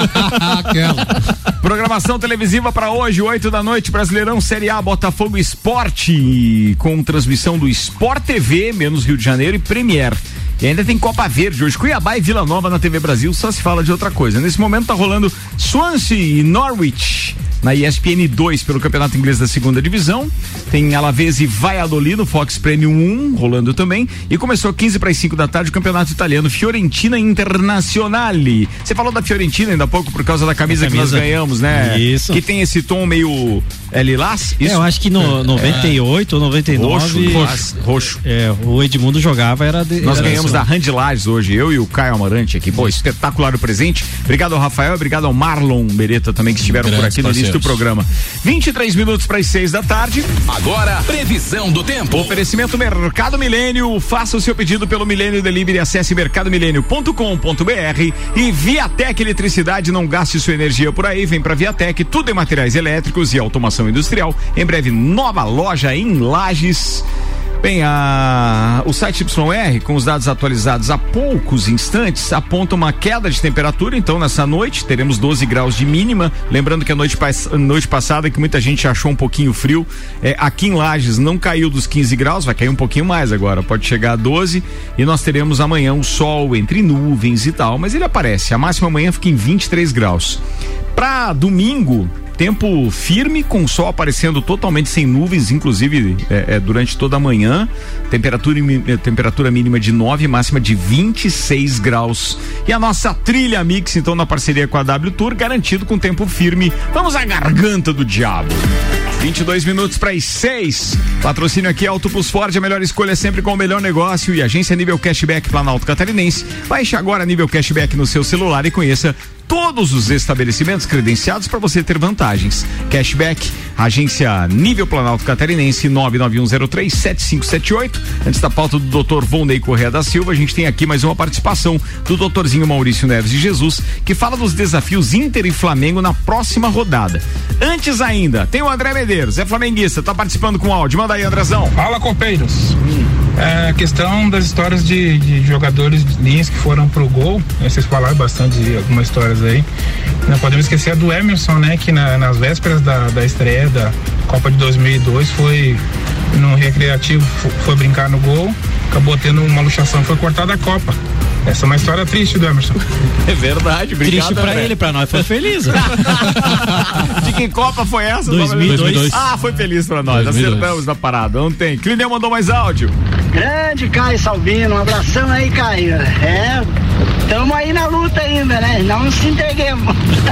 Aquela. Programação televisiva para hoje, 8 da noite, Brasileirão Série A, Botafogo Esporte, com transmissão do Sport TV, menos Rio de Janeiro e Premier. E ainda tem Copa Verde hoje, Cuiabá e Vila Nova na TV Brasil, só se fala de outra coisa. Nesse momento tá rolando Swansea e Norwich na ESPN 2 pelo Campeonato Inglês da Segunda Divisão. Tem Alavés e Valladolid no Fox Premium 1 rolando também. E começou 15 para as 5 da tarde o Campeonato Italiano, Fiorentina Internazionale. Você falou da Fiorentina ainda há pouco por causa da camisa que nós ganhamos, né? Isso. Que tem esse tom meio lilás? Isso? Eu acho que no 98 ou 99 roxo. O Edmundo jogava, nós ganhamos da Randy Lages hoje, eu e o Caio Amarante aqui. Pô, espetacular o presente. Obrigado ao Rafael, obrigado ao Marlon Beretta também, que estiveram por aqui no início do programa. 23 minutos para as 6 da tarde. Agora, previsão do tempo. Oferecimento Mercado Milênio. Faça o seu pedido pelo Milênio Delivery. Acesse mercadomilênio.com.br e Viatec Eletricidade. Não gaste sua energia por aí. Vem pra Viatec. Tudo em materiais elétricos e automação industrial. Em breve, nova loja em Lages. Bem, o site YR, com os dados atualizados há poucos instantes, aponta uma queda de temperatura. Então, nessa noite, teremos 12 graus de mínima. Lembrando que a noite passada, que muita gente achou um pouquinho frio, aqui em Lages não caiu dos 15 graus, vai cair um pouquinho mais agora, pode chegar a 12. E nós teremos amanhã o sol entre nuvens e tal, mas ele aparece. A máxima amanhã fica em 23 graus. Pra domingo, tempo firme, com sol aparecendo totalmente sem nuvens, inclusive durante toda a manhã. Temperatura mínima de 9, máxima de 26 graus. E a nossa trilha Mix, então, na parceria com a W Tour, garantido com tempo firme. Vamos à garganta do diabo. 22 minutos para as 6. Patrocínio aqui Auto Plus Ford, a melhor escolha sempre com o melhor negócio, e agência Nível Cashback Planalto Catarinense. Baixe agora Nível Cashback no seu celular e conheça todos os estabelecimentos credenciados para você ter vantagens. Cashback, agência Nível Planalto Catarinense, 991037578. Antes da pauta do Dr. Volney Correia da Silva, a gente tem aqui mais uma participação do doutorzinho Maurício Neves de Jesus, que fala dos desafios Inter e Flamengo na próxima rodada. Antes ainda, tem o André Medeiros, é flamenguista, tá participando com áudio. Manda aí, Andrezão. Fala, copeiros. A questão das histórias de jogadores de linhas que foram pro gol, vocês falaram bastante de algumas histórias aí. Não podemos esquecer a do Emerson, né? Que nas vésperas da estreia da Copa de 2002 foi no recreativo, foi brincar no gol, acabou tendo uma luxação, foi cortada a Copa. Essa é uma história triste do Emerson. É verdade, obrigado. Triste pra ele, pra nós foi feliz. De que Copa foi essa? 2002. Ah, foi feliz pra nós, 2002. Acertamos na parada, não tem. Clineu mandou mais áudio. Grande Caio Salvino, um abração aí, Caio. Estamos aí na luta ainda, né? Não se entreguemos.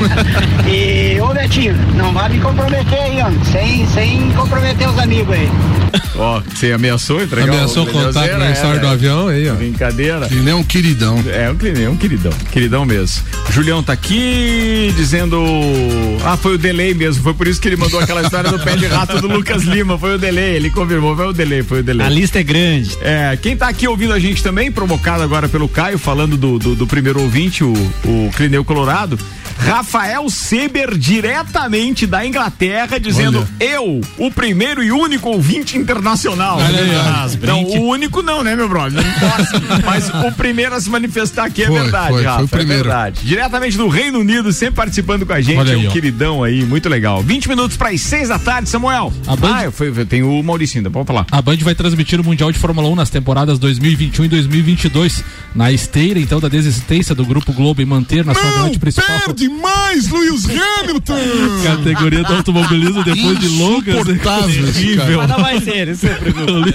E, ô Betinho, não vai me comprometer aí, ó. Sem comprometer os amigos aí. Ó, você ameaçou entregar? Ameaçou contar na história do avião aí, ó. Brincadeira. Clineu é um queridão. O Clineu é um queridão. Queridão mesmo. O Julião tá aqui dizendo. Ah, foi o delay mesmo. Foi por isso que ele mandou aquela história do pé de rato do Lucas Lima. Foi o delay. Ele confirmou. Foi o delay. A lista é grande. Quem tá aqui ouvindo a gente também, provocado agora pelo Caio, falando do primeiro ouvinte, o Clineu Colorado. Rafael Seber, diretamente da Inglaterra, dizendo: eu, o primeiro e único ouvinte internacional. Não, o único não, né, meu brother? Não posso, mas o primeiro a se manifestar aqui é verdade, Rafa. Foi o primeiro. É verdade. Diretamente do Reino Unido, sempre participando com a gente. É um queridão aí, muito legal. 20 minutos para as 6 da tarde, Samuel. Tem o Maurício ainda, pode falar. A Band vai transmitir o Mundial de Fórmula 1 nas temporadas 2021 e 2022. Na esteira, então, da desistência do Grupo Globo em manter na sua grande principal. Mais Lewis Hamilton! Categoria do automobilismo depois de longas. Insuportável esse cara. Mas não vai ser, isso é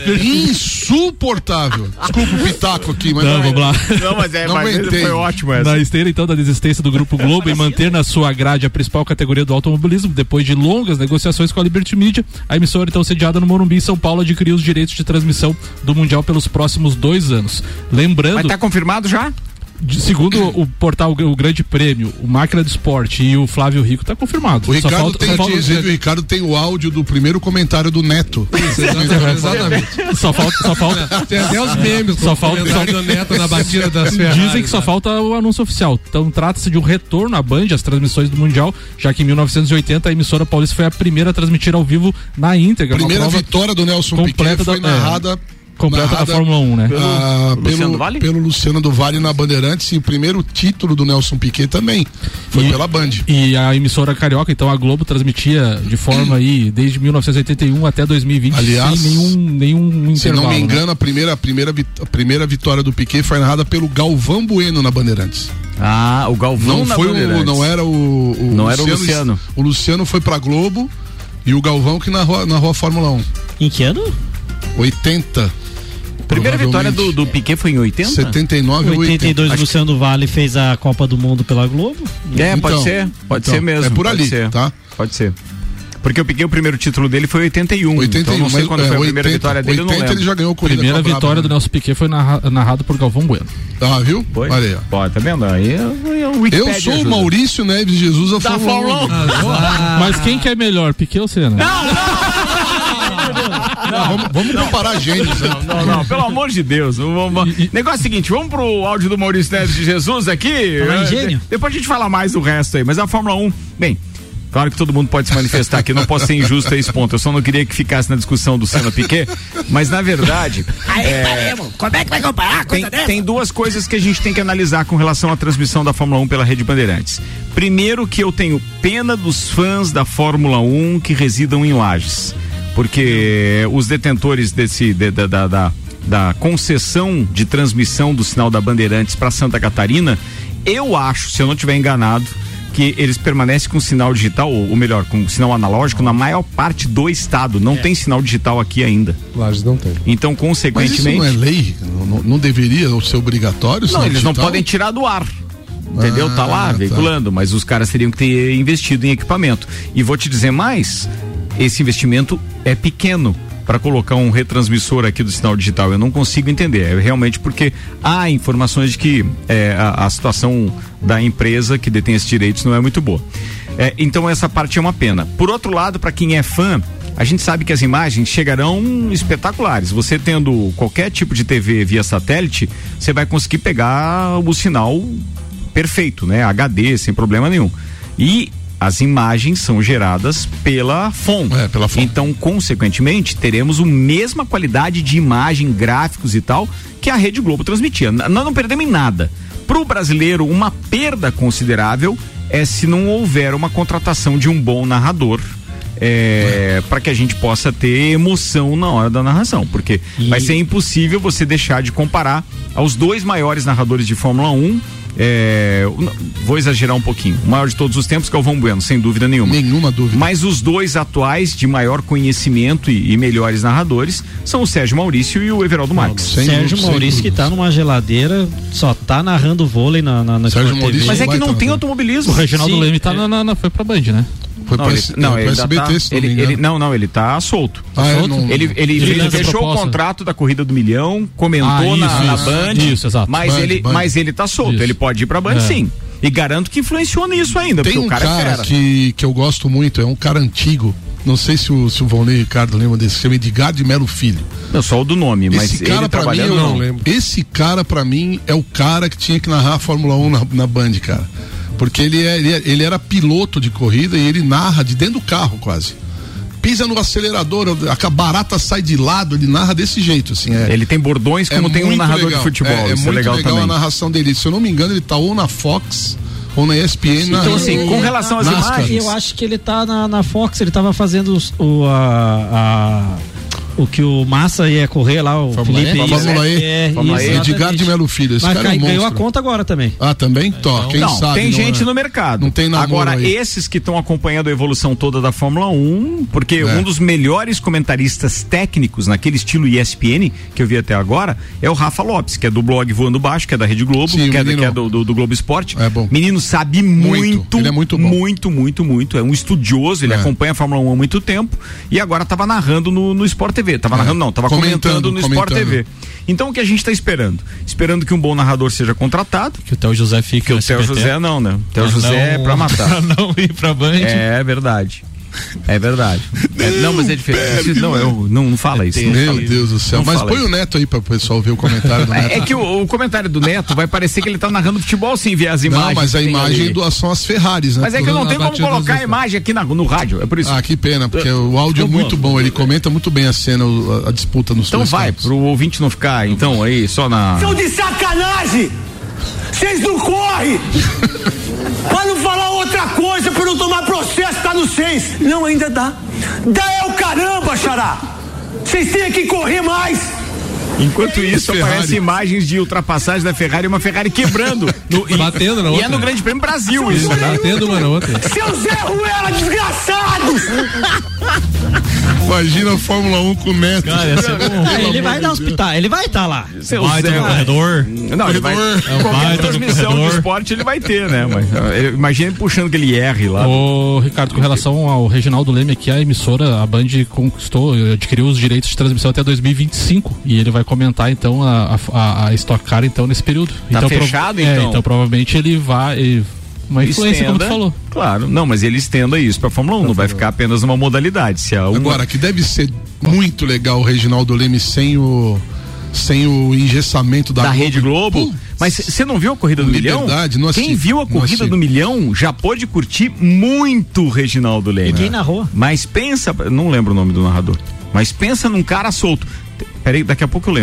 insuportável. Desculpa o pitaco aqui, mas não, vamos lá. Não, mas foi ótimo essa. Na esteira, então, da desistência do Grupo Globo em manter na sua grade a principal categoria do automobilismo, depois de longas negociações com a Liberty Media, a emissora, então, sediada no Morumbi, em São Paulo, adquiriu os direitos de transmissão do Mundial pelos próximos 2 anos. Lembrando... Mas tá confirmado já? Segundo o portal O Grande Prêmio, o Máquina do Esporte e o Flávio Rico, tá confirmado. O Ricardo o Ricardo tem o áudio do primeiro comentário do Neto. Exatamente. Só falta. Tem até os memes. Só falta o Neto na batida das Ferrari. Dizem que só falta o anúncio oficial. Então trata-se de um retorno à Band, as transmissões do Mundial, já que em 1980 a emissora paulista foi a primeira a transmitir ao vivo na íntegra. A primeira vitória do Nelson Piquet foi narrada da Fórmula 1, né? Pelo Luciano do Vale na Bandeirantes, e o primeiro título do Nelson Piquet também foi pela Band. E a emissora carioca, então a Globo, transmitia de forma aí desde 1981 até 2020. Aliás, sem nenhum se intervalo. Não me engano, a primeira vitória do Piquet foi narrada pelo Galvão Bueno na Bandeirantes. Ah, o Galvão não foi não era o não era o Luciano. O Luciano foi pra Globo e o Galvão que narrou a Fórmula 1. Em que ano? 80. Primeira vitória do Piquet foi em 80? 79 ou 82, o Luciano do Vale fez a Copa do Mundo pela Globo. Pode ser mesmo. É por ali, tá? Pode ser. Porque o Piquet, o primeiro título dele foi em 81. Então não sei quando foi a primeira vitória dele, 80 eu não lembro. Ele já ganhou a corrida. Primeira vitória do Nelson Piquet foi narrado por Galvão Bueno. Ah, viu? Olha aí, ó. Pô, tá vendo? Aí eu sou o Maurício Neves de Jesus da Fórmula 1. Mas quem que é melhor, Piquet ou Senna? Vamos comparar gênios. Não, pelo amor de Deus. Negócio é o seguinte, vamos pro áudio do Maurício Neves de Jesus aqui. Depois a gente fala mais do resto aí, mas a Fórmula 1, bem, claro que todo mundo pode se manifestar aqui, não posso ser injusto a esse ponto. Eu só não queria que ficasse na discussão do Senna Piquet, mas na verdade. Como é que vai comparar? Tem duas coisas que a gente tem que analisar com relação à transmissão da Fórmula 1 pela Rede Bandeirantes. Primeiro, que eu tenho pena dos fãs da Fórmula 1 que residam em Lages, porque os detentores da concessão de transmissão do sinal da Bandeirantes para Santa Catarina, eu acho, se eu não estiver enganado, que eles permanecem com sinal digital, ou melhor, com sinal analógico na maior parte do estado. Não tem sinal digital aqui ainda. Lages não tem. Então, consequentemente... Mas isso não é lei? Não deveria ser obrigatório? Não, eles digital? não podem tirar do ar. Entendeu? Tá lá veiculando, mas os caras teriam que ter investido em equipamento. E vou te dizer mais, esse investimento é pequeno para colocar um retransmissor aqui do sinal digital. Eu não consigo entender. É realmente porque há informações de que a situação da empresa que detém esses direitos não é muito boa. Então essa parte é uma pena. Por outro lado, para quem é fã, a gente sabe que as imagens chegarão espetaculares. Você tendo qualquer tipo de TV via satélite, você vai conseguir pegar o sinal perfeito, né? HD, sem problema nenhum. E as imagens são geradas pela FON. Pela FON. Então, consequentemente, teremos a mesma qualidade de imagem, gráficos e tal, que a Rede Globo transmitia. Nós não perdemos em nada. Pro brasileiro, uma perda considerável é se não houver uma contratação de um bom narrador. Para que a gente possa ter emoção na hora da narração, porque vai ser impossível você deixar de comparar aos dois maiores narradores de Fórmula 1. Vou exagerar um pouquinho, o maior de todos os tempos, Galvão Bueno, sem dúvida nenhuma. Nenhuma dúvida. Mas os dois atuais de maior conhecimento e melhores narradores são o Sérgio Maurício e o Everaldo Marques. Sérgio Maurício, que tá numa geladeira, só tá narrando vôlei na Sport TV. Mas é que não tem automobilismo. O Reginaldo Leme tá foi pra Band, né? Ele tá solto. Ele fechou o contrato da Corrida do Milhão, comentou na Band, mas ele tá solto. Isso. Ele pode ir pra Band, sim. E garanto que influenciou nisso ainda. Tem porque um o cara é fera. que eu gosto muito, é um cara antigo. Não sei se o Valnei Ricardo lembra desse, chama Edgar de Melo Filho. Não, só o do nome, mas esse cara, ele trabalhando, não lembro. Esse cara, pra mim, é o cara que tinha que narrar a Fórmula 1 na Band, cara. Porque ele era piloto de corrida e ele narra de dentro do carro quase. Pisa no acelerador, a barata sai de lado, ele narra desse jeito, assim. Ele tem bordões como tem um narrador de futebol. É muito legal também. A narração dele. Se eu não me engano, ele tá ou na Fox ou na ESPN. Então, assim, com relação às imagens... Eu acho que ele tá na Fox, ele tava fazendo o que o Massa ia correr lá, o Fórmula Felipe. Fórmula E. Edgar de Melo Filho. Esse cara ganhou a conta agora também. Também? Quem sabe? Tem gente no mercado. Não tem namoro. Agora, esses que estão acompanhando a evolução toda da Fórmula 1, porque um dos melhores comentaristas técnicos naquele estilo ESPN que eu vi até agora é o Rafa Lopes, que é do blog Voando Baixo, que é da Rede Globo, que é do Globo Esporte. Menino sabe muito. Ele é muito bom. Muito. É um estudioso, ele acompanha a Fórmula 1 há muito tempo e agora tava narrando no Sport TV. Tava comentando no Sport TV. Então o que a gente está esperando? Esperando que um bom narrador seja contratado. Que o Theo José fique. Que o Theo José não, né? O Theo José é pra matar. Pra não ir pra Band. É verdade. Não, mas é diferente. Não fala isso. Meu Deus do céu. Mas põe o Neto aí para o pessoal ver o comentário do Neto. É que o comentário do Neto vai parecer que ele tá narrando futebol sem ver as imagens. Não, mas a imagem são as Ferraris, né? Mas é que não tem como colocar a imagem aqui no rádio, é por isso. Que pena, porque o áudio é muito bom, ele comenta muito bem a cena, a disputa nos Então vai, pro ouvinte não ficar, então, aí, só na... São de sacanagem! Vocês não correm! Pra não falar outra coisa, pra não tomar processo, tá no 6. Não, ainda dá. Dá é o caramba, xará! Vocês têm que correr mais! Enquanto isso, aparecem imagens de ultrapassagem da Ferrari, uma Ferrari quebrando. Batendo na outra. E é no Grande Prêmio Brasil isso. Batendo uma na outra. Seu Zé Ruela, desgraçados! Imagina a Fórmula 1 com o Neto. Cara, ele vai dar hospital, ele vai estar lá. Seu Zé corredor. Não, ele vai. Qualquer transmissão do esporte ele vai ter, né? Mas imagina ele puxando aquele R lá. Ô, Ricardo, com relação ao Reginaldo Leme aqui, a emissora, a Band adquiriu os direitos de transmissão até 2025 e ele vai comentar então a Stock Car então nesse período. Tá então, fechado então? Então provavelmente ele vai... Uma influência, como tu falou. Claro, não, mas ele estenda isso pra Fórmula 1, não vai ficar apenas uma modalidade. Agora, que deve ser muito legal o Reginaldo Leme sem o engessamento da Rede Globo. Mas você não viu a Corrida do Milhão? Quem viu a Corrida do Milhão já pôde curtir muito o Reginaldo Leme. E quem narrou? Mas pensa, não lembro o nome do narrador, mas pensa num cara solto. Peraí, daqui a pouco eu lembro.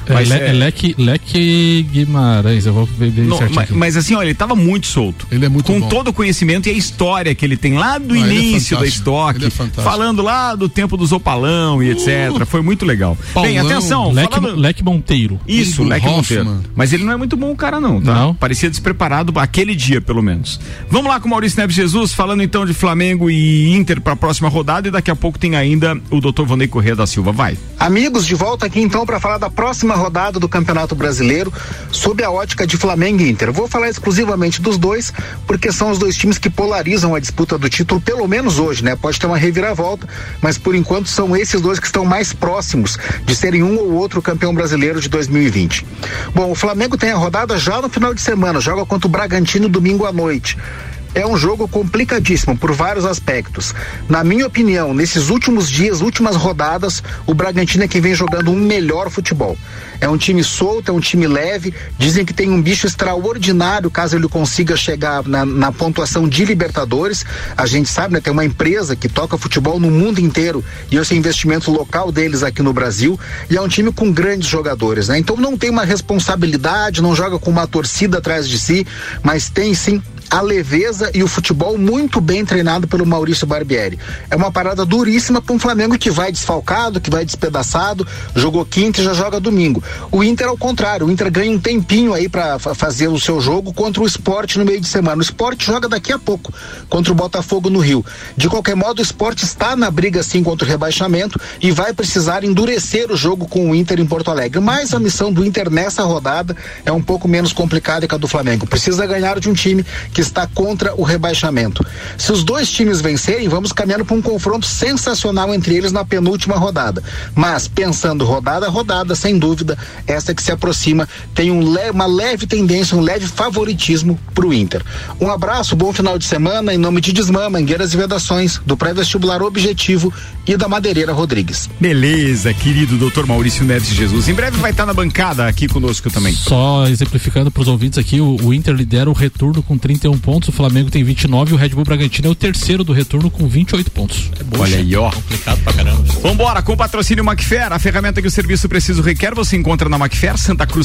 Leque Guimarães, eu vou ver certinho. Mas assim, olha, ele tava muito solto. Ele é muito com bom. todo o conhecimento e a história que ele tem lá do início da Stock, falando lá do tempo do Opalão e etc. Foi muito legal. Paulão, bem, atenção. Leque Monteiro. Isso, Leque Monteiro. Mas ele não é muito bom cara não, tá? Não. Parecia despreparado aquele dia, pelo menos. Vamos lá com o Maurício Neves Jesus, falando então de Flamengo e Inter para a próxima rodada, e daqui a pouco tem ainda o Dr. Vanei Corrêa da Silva. Vai. Amigos, de volta aqui então para falar da próxima rodada do Campeonato Brasileiro sob a ótica de Flamengo e Inter. Vou falar exclusivamente dos dois, porque são os dois times que polarizam a disputa do título, pelo menos hoje, né? Pode ter uma reviravolta, mas por enquanto são esses dois que estão mais próximos de serem um ou outro campeão brasileiro de 2020. Bom, o Flamengo tem a rodada já no final de semana, joga contra o Bragantino domingo à noite. É um jogo complicadíssimo por vários aspectos. Na minha opinião, nesses últimos dias, últimas rodadas, o Bragantino é quem vem jogando um melhor futebol. É um time solto, é um time leve. Dizem que tem um bicho extraordinário caso ele consiga chegar na pontuação de Libertadores. A gente sabe, né? Tem uma empresa que toca futebol no mundo inteiro e esse é o investimento local deles aqui no Brasil. E é um time com grandes jogadores, né? Então não tem uma responsabilidade, não joga com uma torcida atrás de si, mas tem sim a leveza e o futebol muito bem treinado pelo Maurício Barbieri. É uma parada duríssima para um Flamengo que vai desfalcado, que vai despedaçado, jogou quinta e já joga domingo. O Inter, ao contrário, o Inter ganha um tempinho aí para fazer o seu jogo contra o Sport no meio de semana. O Sport joga daqui a pouco contra o Botafogo no Rio. De qualquer modo, o Sport está na briga sim contra o rebaixamento e vai precisar endurecer o jogo com o Inter em Porto Alegre. Mas a missão do Inter nessa rodada é um pouco menos complicada que a do Flamengo. Precisa ganhar de um time que está contra o rebaixamento. Se os dois times vencerem, vamos caminhando para um confronto sensacional entre eles na penúltima rodada. Mas pensando rodada a rodada, sem dúvida, essa que se aproxima tem uma leve tendência, um leve favoritismo para o Inter. Um abraço, bom final de semana, em nome de Desmã, Mangueiras e Vedações, do Pré-Vestibular Objetivo e da Madeireira Rodrigues. Beleza, querido Dr. Maurício Neves Jesus. Em breve vai estar na bancada aqui conosco também. Só exemplificando para os ouvintes aqui, o Inter lidera o retorno com 31 pontos, o Flamengo tem 29 e o Red Bull Bragantino é o terceiro do retorno com 28 pontos. Olha aí, ó. Complicado pra caramba. Vambora, com o patrocínio Macfer, a ferramenta que o serviço preciso requer, você encontra na Macfer, Santa Cruz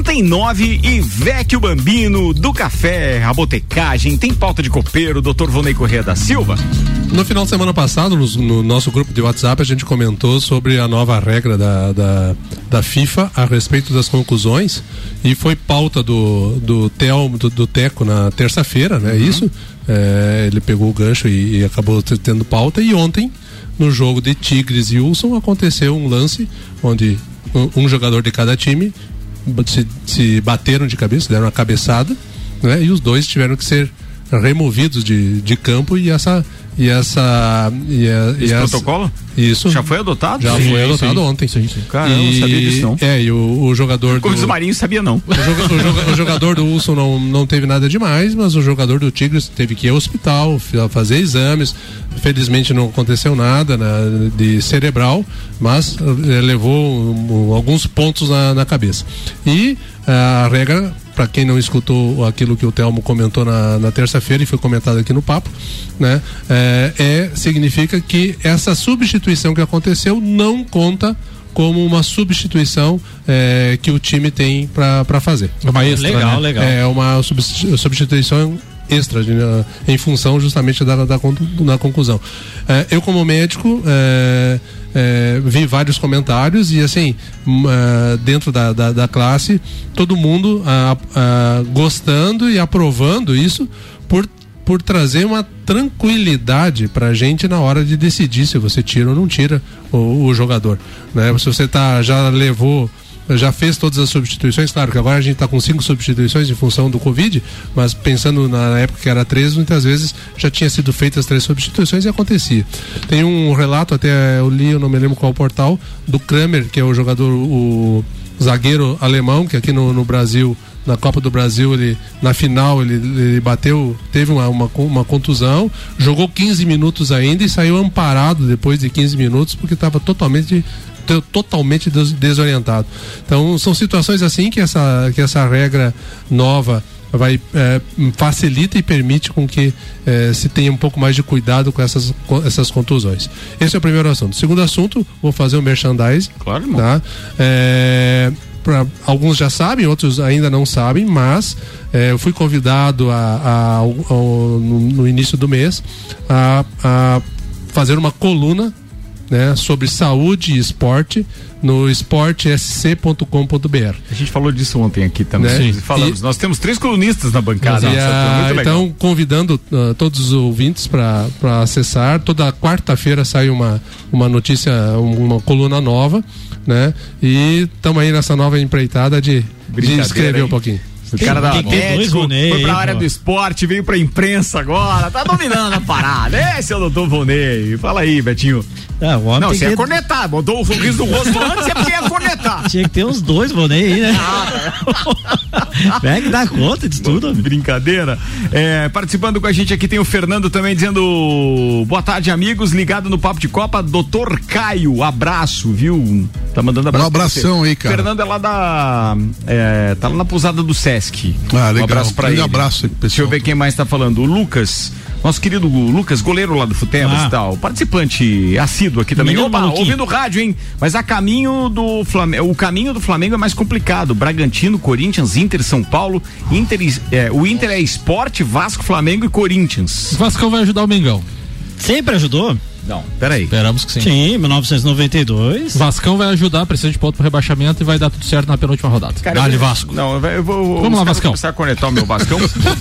79 e Vecchio Bambino do Café, a Botecagem, tem pauta de copeiro, Dr. Vanei Corrêa da Silva. No final de semana passado, no nosso grupo de WhatsApp, a gente comentou sobre a nova regra da FIFA a respeito das conclusões e foi pauta do Teco na terça-feira, né? Isso, ele pegou o gancho e acabou tendo pauta, e ontem, no jogo de Tigres e Ulson, aconteceu um lance onde um jogador de cada time se bateram de cabeça, deram uma cabeçada, né? E os dois tiveram que ser removidos de campo esse protocolo? Isso. Já foi adotado? Já foi adotado ontem. Sim. Caramba, não sabia disso não. E o jogador Como do Marinho sabia não. O jogador do Wilson não teve nada demais, mas o jogador do Tigres teve que ir ao hospital, fazer exames. Felizmente não aconteceu nada de cerebral, mas levou alguns pontos na cabeça. E a regra, para quem não escutou aquilo que o Telmo comentou na terça-feira e foi comentado aqui no papo, né, significa que essa substituição que aconteceu não conta como uma substituição que o time tem para fazer. Uma extra, legal, né? Legal. É uma substituição extra em função justamente da conclusão. Eu, como médico, vi vários comentários e assim, dentro da classe, todo mundo gostando e aprovando isso por trazer uma tranquilidade pra gente na hora de decidir se você tira ou não tira o jogador, né? Se você já fez todas as substituições, claro que agora a gente está com 5 substituições em função do Covid, mas pensando na época que era 3, muitas vezes já tinha sido feitas 3 substituições e acontecia. Tem um relato, até eu li, eu não me lembro qual portal, do Kramer, que é o jogador, o zagueiro alemão, que aqui no Brasil, na Copa do Brasil, na final ele bateu, teve uma contusão, jogou 15 minutos ainda e saiu amparado depois de 15 minutos porque estava totalmente desorientado. Então são situações assim que essa regra nova facilita e permite com que se tenha um pouco mais de cuidado com essas contusões. Esse é o primeiro assunto. Segundo assunto, vou fazer o merchandising. Claro, irmão. Tá? alguns já sabem, outros ainda não sabem, mas eu fui convidado no início do mês a fazer uma coluna, né, sobre saúde e esporte no esportesc.com.br. A gente falou disso ontem aqui também. Né? Falamos. Nós temos 3 colunistas na bancada. Então, convidando todos os ouvintes para acessar. Toda quarta-feira sai uma notícia, uma coluna nova, né? E estamos aí nessa nova empreitada de escrever um pouquinho. O cara da Atlético foi pra área do esporte, veio pra imprensa agora, tá dominando a parada. Esse é o doutor Vonei. Fala aí, Betinho. Não, você ia cornetar, botou o sorriso no rosto antes, é porque ia cornetar. Tinha que ter uns 2 Vonei aí, né? Pega e dá conta de tudo. Brincadeira. Participando com a gente aqui tem o Fernando também dizendo: boa tarde, amigos, ligado no Papo de Copa, doutor Caio, abraço, viu? Tá mandando abraço. Um abração aí, cara. Fernando é lá tá lá na pousada do Sesc. Legal. Um abraço pra ele. Abraço aí, pessoal. Deixa eu ver quem mais tá falando. O Lucas, nosso querido Lucas, goleiro lá do Futebas e tal, participante assíduo aqui também. Menino Opa, ouvindo rádio, hein? Mas o caminho do Flamengo é mais complicado. Bragantino, Corinthians, Inter, São Paulo, o Inter é Sport, Vasco, Flamengo e Corinthians. O Vascão vai ajudar o Mengão. Sempre ajudou? Não, peraí. Esperamos que sim. Sim, 1992. Vascão vai ajudar, precisa de ponto pro rebaixamento e vai dar tudo certo na penúltima rodada. Dale, Vasco. Não, eu vou. Vamos lá, Vascão. Começar a conectar o meu Vascão.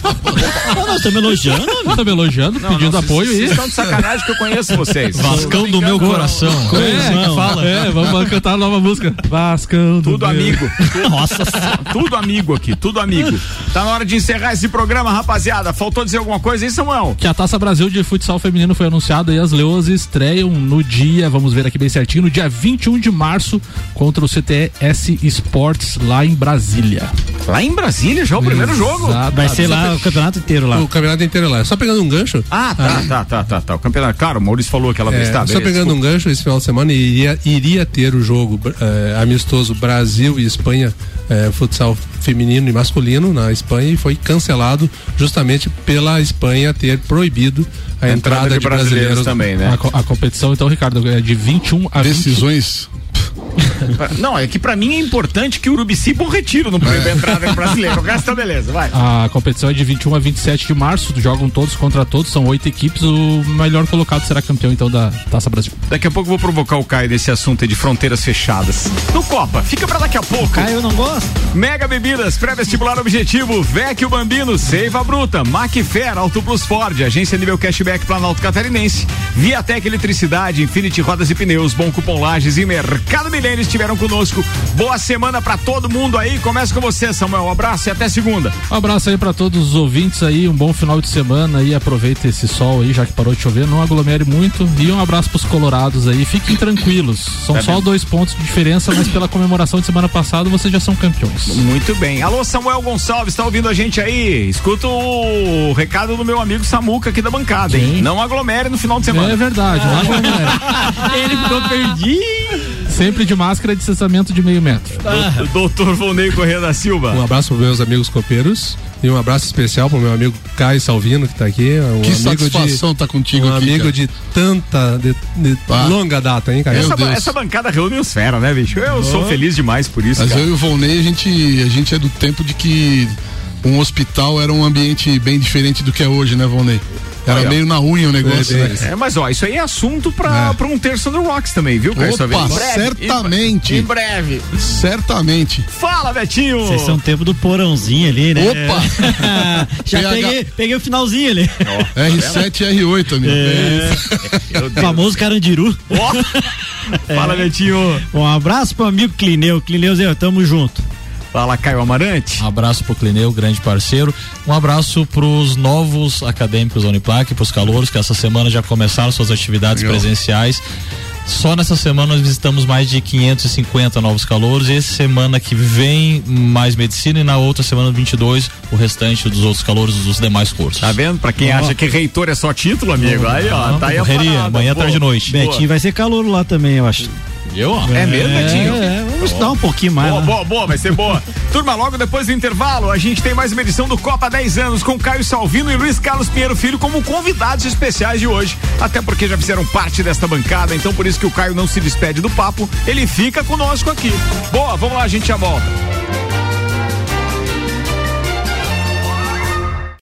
Nós estamos elogiando. Estamos elogiando, pedindo apoio aí. Vocês estão de sacanagem que eu conheço vocês. Vascão do meu coração. Fala. Vamos cantar a nova música. Vascão do Tudo meu. amigo. Nossa, tudo amigo aqui, tudo amigo. Tá na hora de encerrar esse programa, rapaziada. Faltou dizer alguma coisa aí, Samuel? Que a Taça Brasil de futsal feminino foi anunciada e as Leoas estreiam no dia, vamos ver aqui bem certinho, no dia 21 de março contra o CTS Sports lá em Brasília. Lá em Brasília, já o primeiro jogo? Vai ser lá o campeonato inteiro lá. O campeonato inteiro lá. Só pegando um gancho. Tá. O campeonato, claro, o Maurício falou que ela está. Só pegando um gancho, esse final de semana iria ter o jogo amistoso Brasil e Espanha, futsal feminino e masculino na Espanha, e foi cancelado justamente pela Espanha ter proibido a entrada de brasileiros também, né? A competição, então, Ricardo, é de 21 a decisões. Não, é que pra mim é importante que o Urubici Bom Retiro não proíbe a entrada em brasileiro. O resto tá beleza, vai. A competição é de 21 a 27 de março, jogam todos contra todos, são 8 equipes, o melhor colocado será campeão então da Taça Brasil. Daqui a pouco eu vou provocar o Caio nesse assunto aí de fronteiras fechadas. No Copa, fica pra daqui a pouco. Caio não gosta. Mega Bebidas, pré-vestibular objetivo, Vecchio Bambino, Seiva Bruta, Macfer, Auto Plus Ford, agência nível cashback Planalto Catarinense, Viatec Eletricidade, Infinity Rodas e Pneus, Bom Cupom Lages e Mercado Milênio estiveram conosco. Boa semana pra todo mundo aí. Começa com você, Samuel. Um abraço e até segunda. Um abraço aí pra todos os ouvintes aí, um bom final de semana aí, aproveita esse sol aí, já que parou de chover, não aglomere muito, e um abraço pros colorados aí, fiquem tranquilos, são só 2 pontos de diferença, mas pela comemoração de semana passada vocês já são campeões. Muito bem. Alô, Samuel Gonçalves, tá ouvindo a gente aí? Escuta o recado do meu amigo Samuca aqui da bancada, hein? Não aglomere no final de semana. É verdade, não aglomere. Ele ficou perdido. Sempre de máscara e distanciamento de meio metro. Doutor Vonei Corrêa da Silva. Um abraço para meus amigos copeiros e um abraço especial para o meu amigo Caio Salvino, que tá aqui. Que satisfação estar contigo aqui, amigo de tanta, de longa data, hein, Caio? Essa bancada reúne os fera, né, bicho? Eu sou feliz demais por isso, Mas cara. eu e o Vonei, a gente é do tempo de que um hospital era um ambiente bem diferente do que é hoje, né, Vonei? Era meio na unha o negócio, né? Mas ó, isso aí é assunto pra um terço do Rocks também, viu, Caio? Opa, certamente. Em breve. Certamente. Fala, Betinho! Vocês são tempo do porãozinho ali, né? Opa! Já peguei o finalzinho ali. R7 e R8, amigo. Famoso Carandiru. Fala, Betinho. Um abraço pro amigo Clineu. Clineuzinho, tamo junto. Fala, Caio Amarante. Um abraço pro Clineu, grande parceiro. Um abraço pros novos acadêmicos da Uniplac, pros calouros que essa semana já começaram suas atividades presenciais. Só nessa semana nós visitamos mais de 550 novos calouros, e essa semana que vem mais medicina, e na outra semana 22 o restante dos outros calouros dos demais cursos. Tá vendo? Pra quem acha que reitor é só título, amigo, aí ó, tá aí a correria, parada. Amanhã, tarde e noite. Betinho vai ser calouro lá também, eu acho. É mesmo, Betinho? Vamos estudar um pouquinho mais. Boa, vai ser boa. Turma, logo depois do intervalo, a gente tem mais uma edição do Copa 10 anos com Caio Salvino e Luiz Carlos Pinheiro Filho como convidados especiais de hoje. Até porque já fizeram parte desta bancada, então por isso que o Caio não se despede do papo, ele fica conosco aqui. Boa, vamos lá, a gente já volta.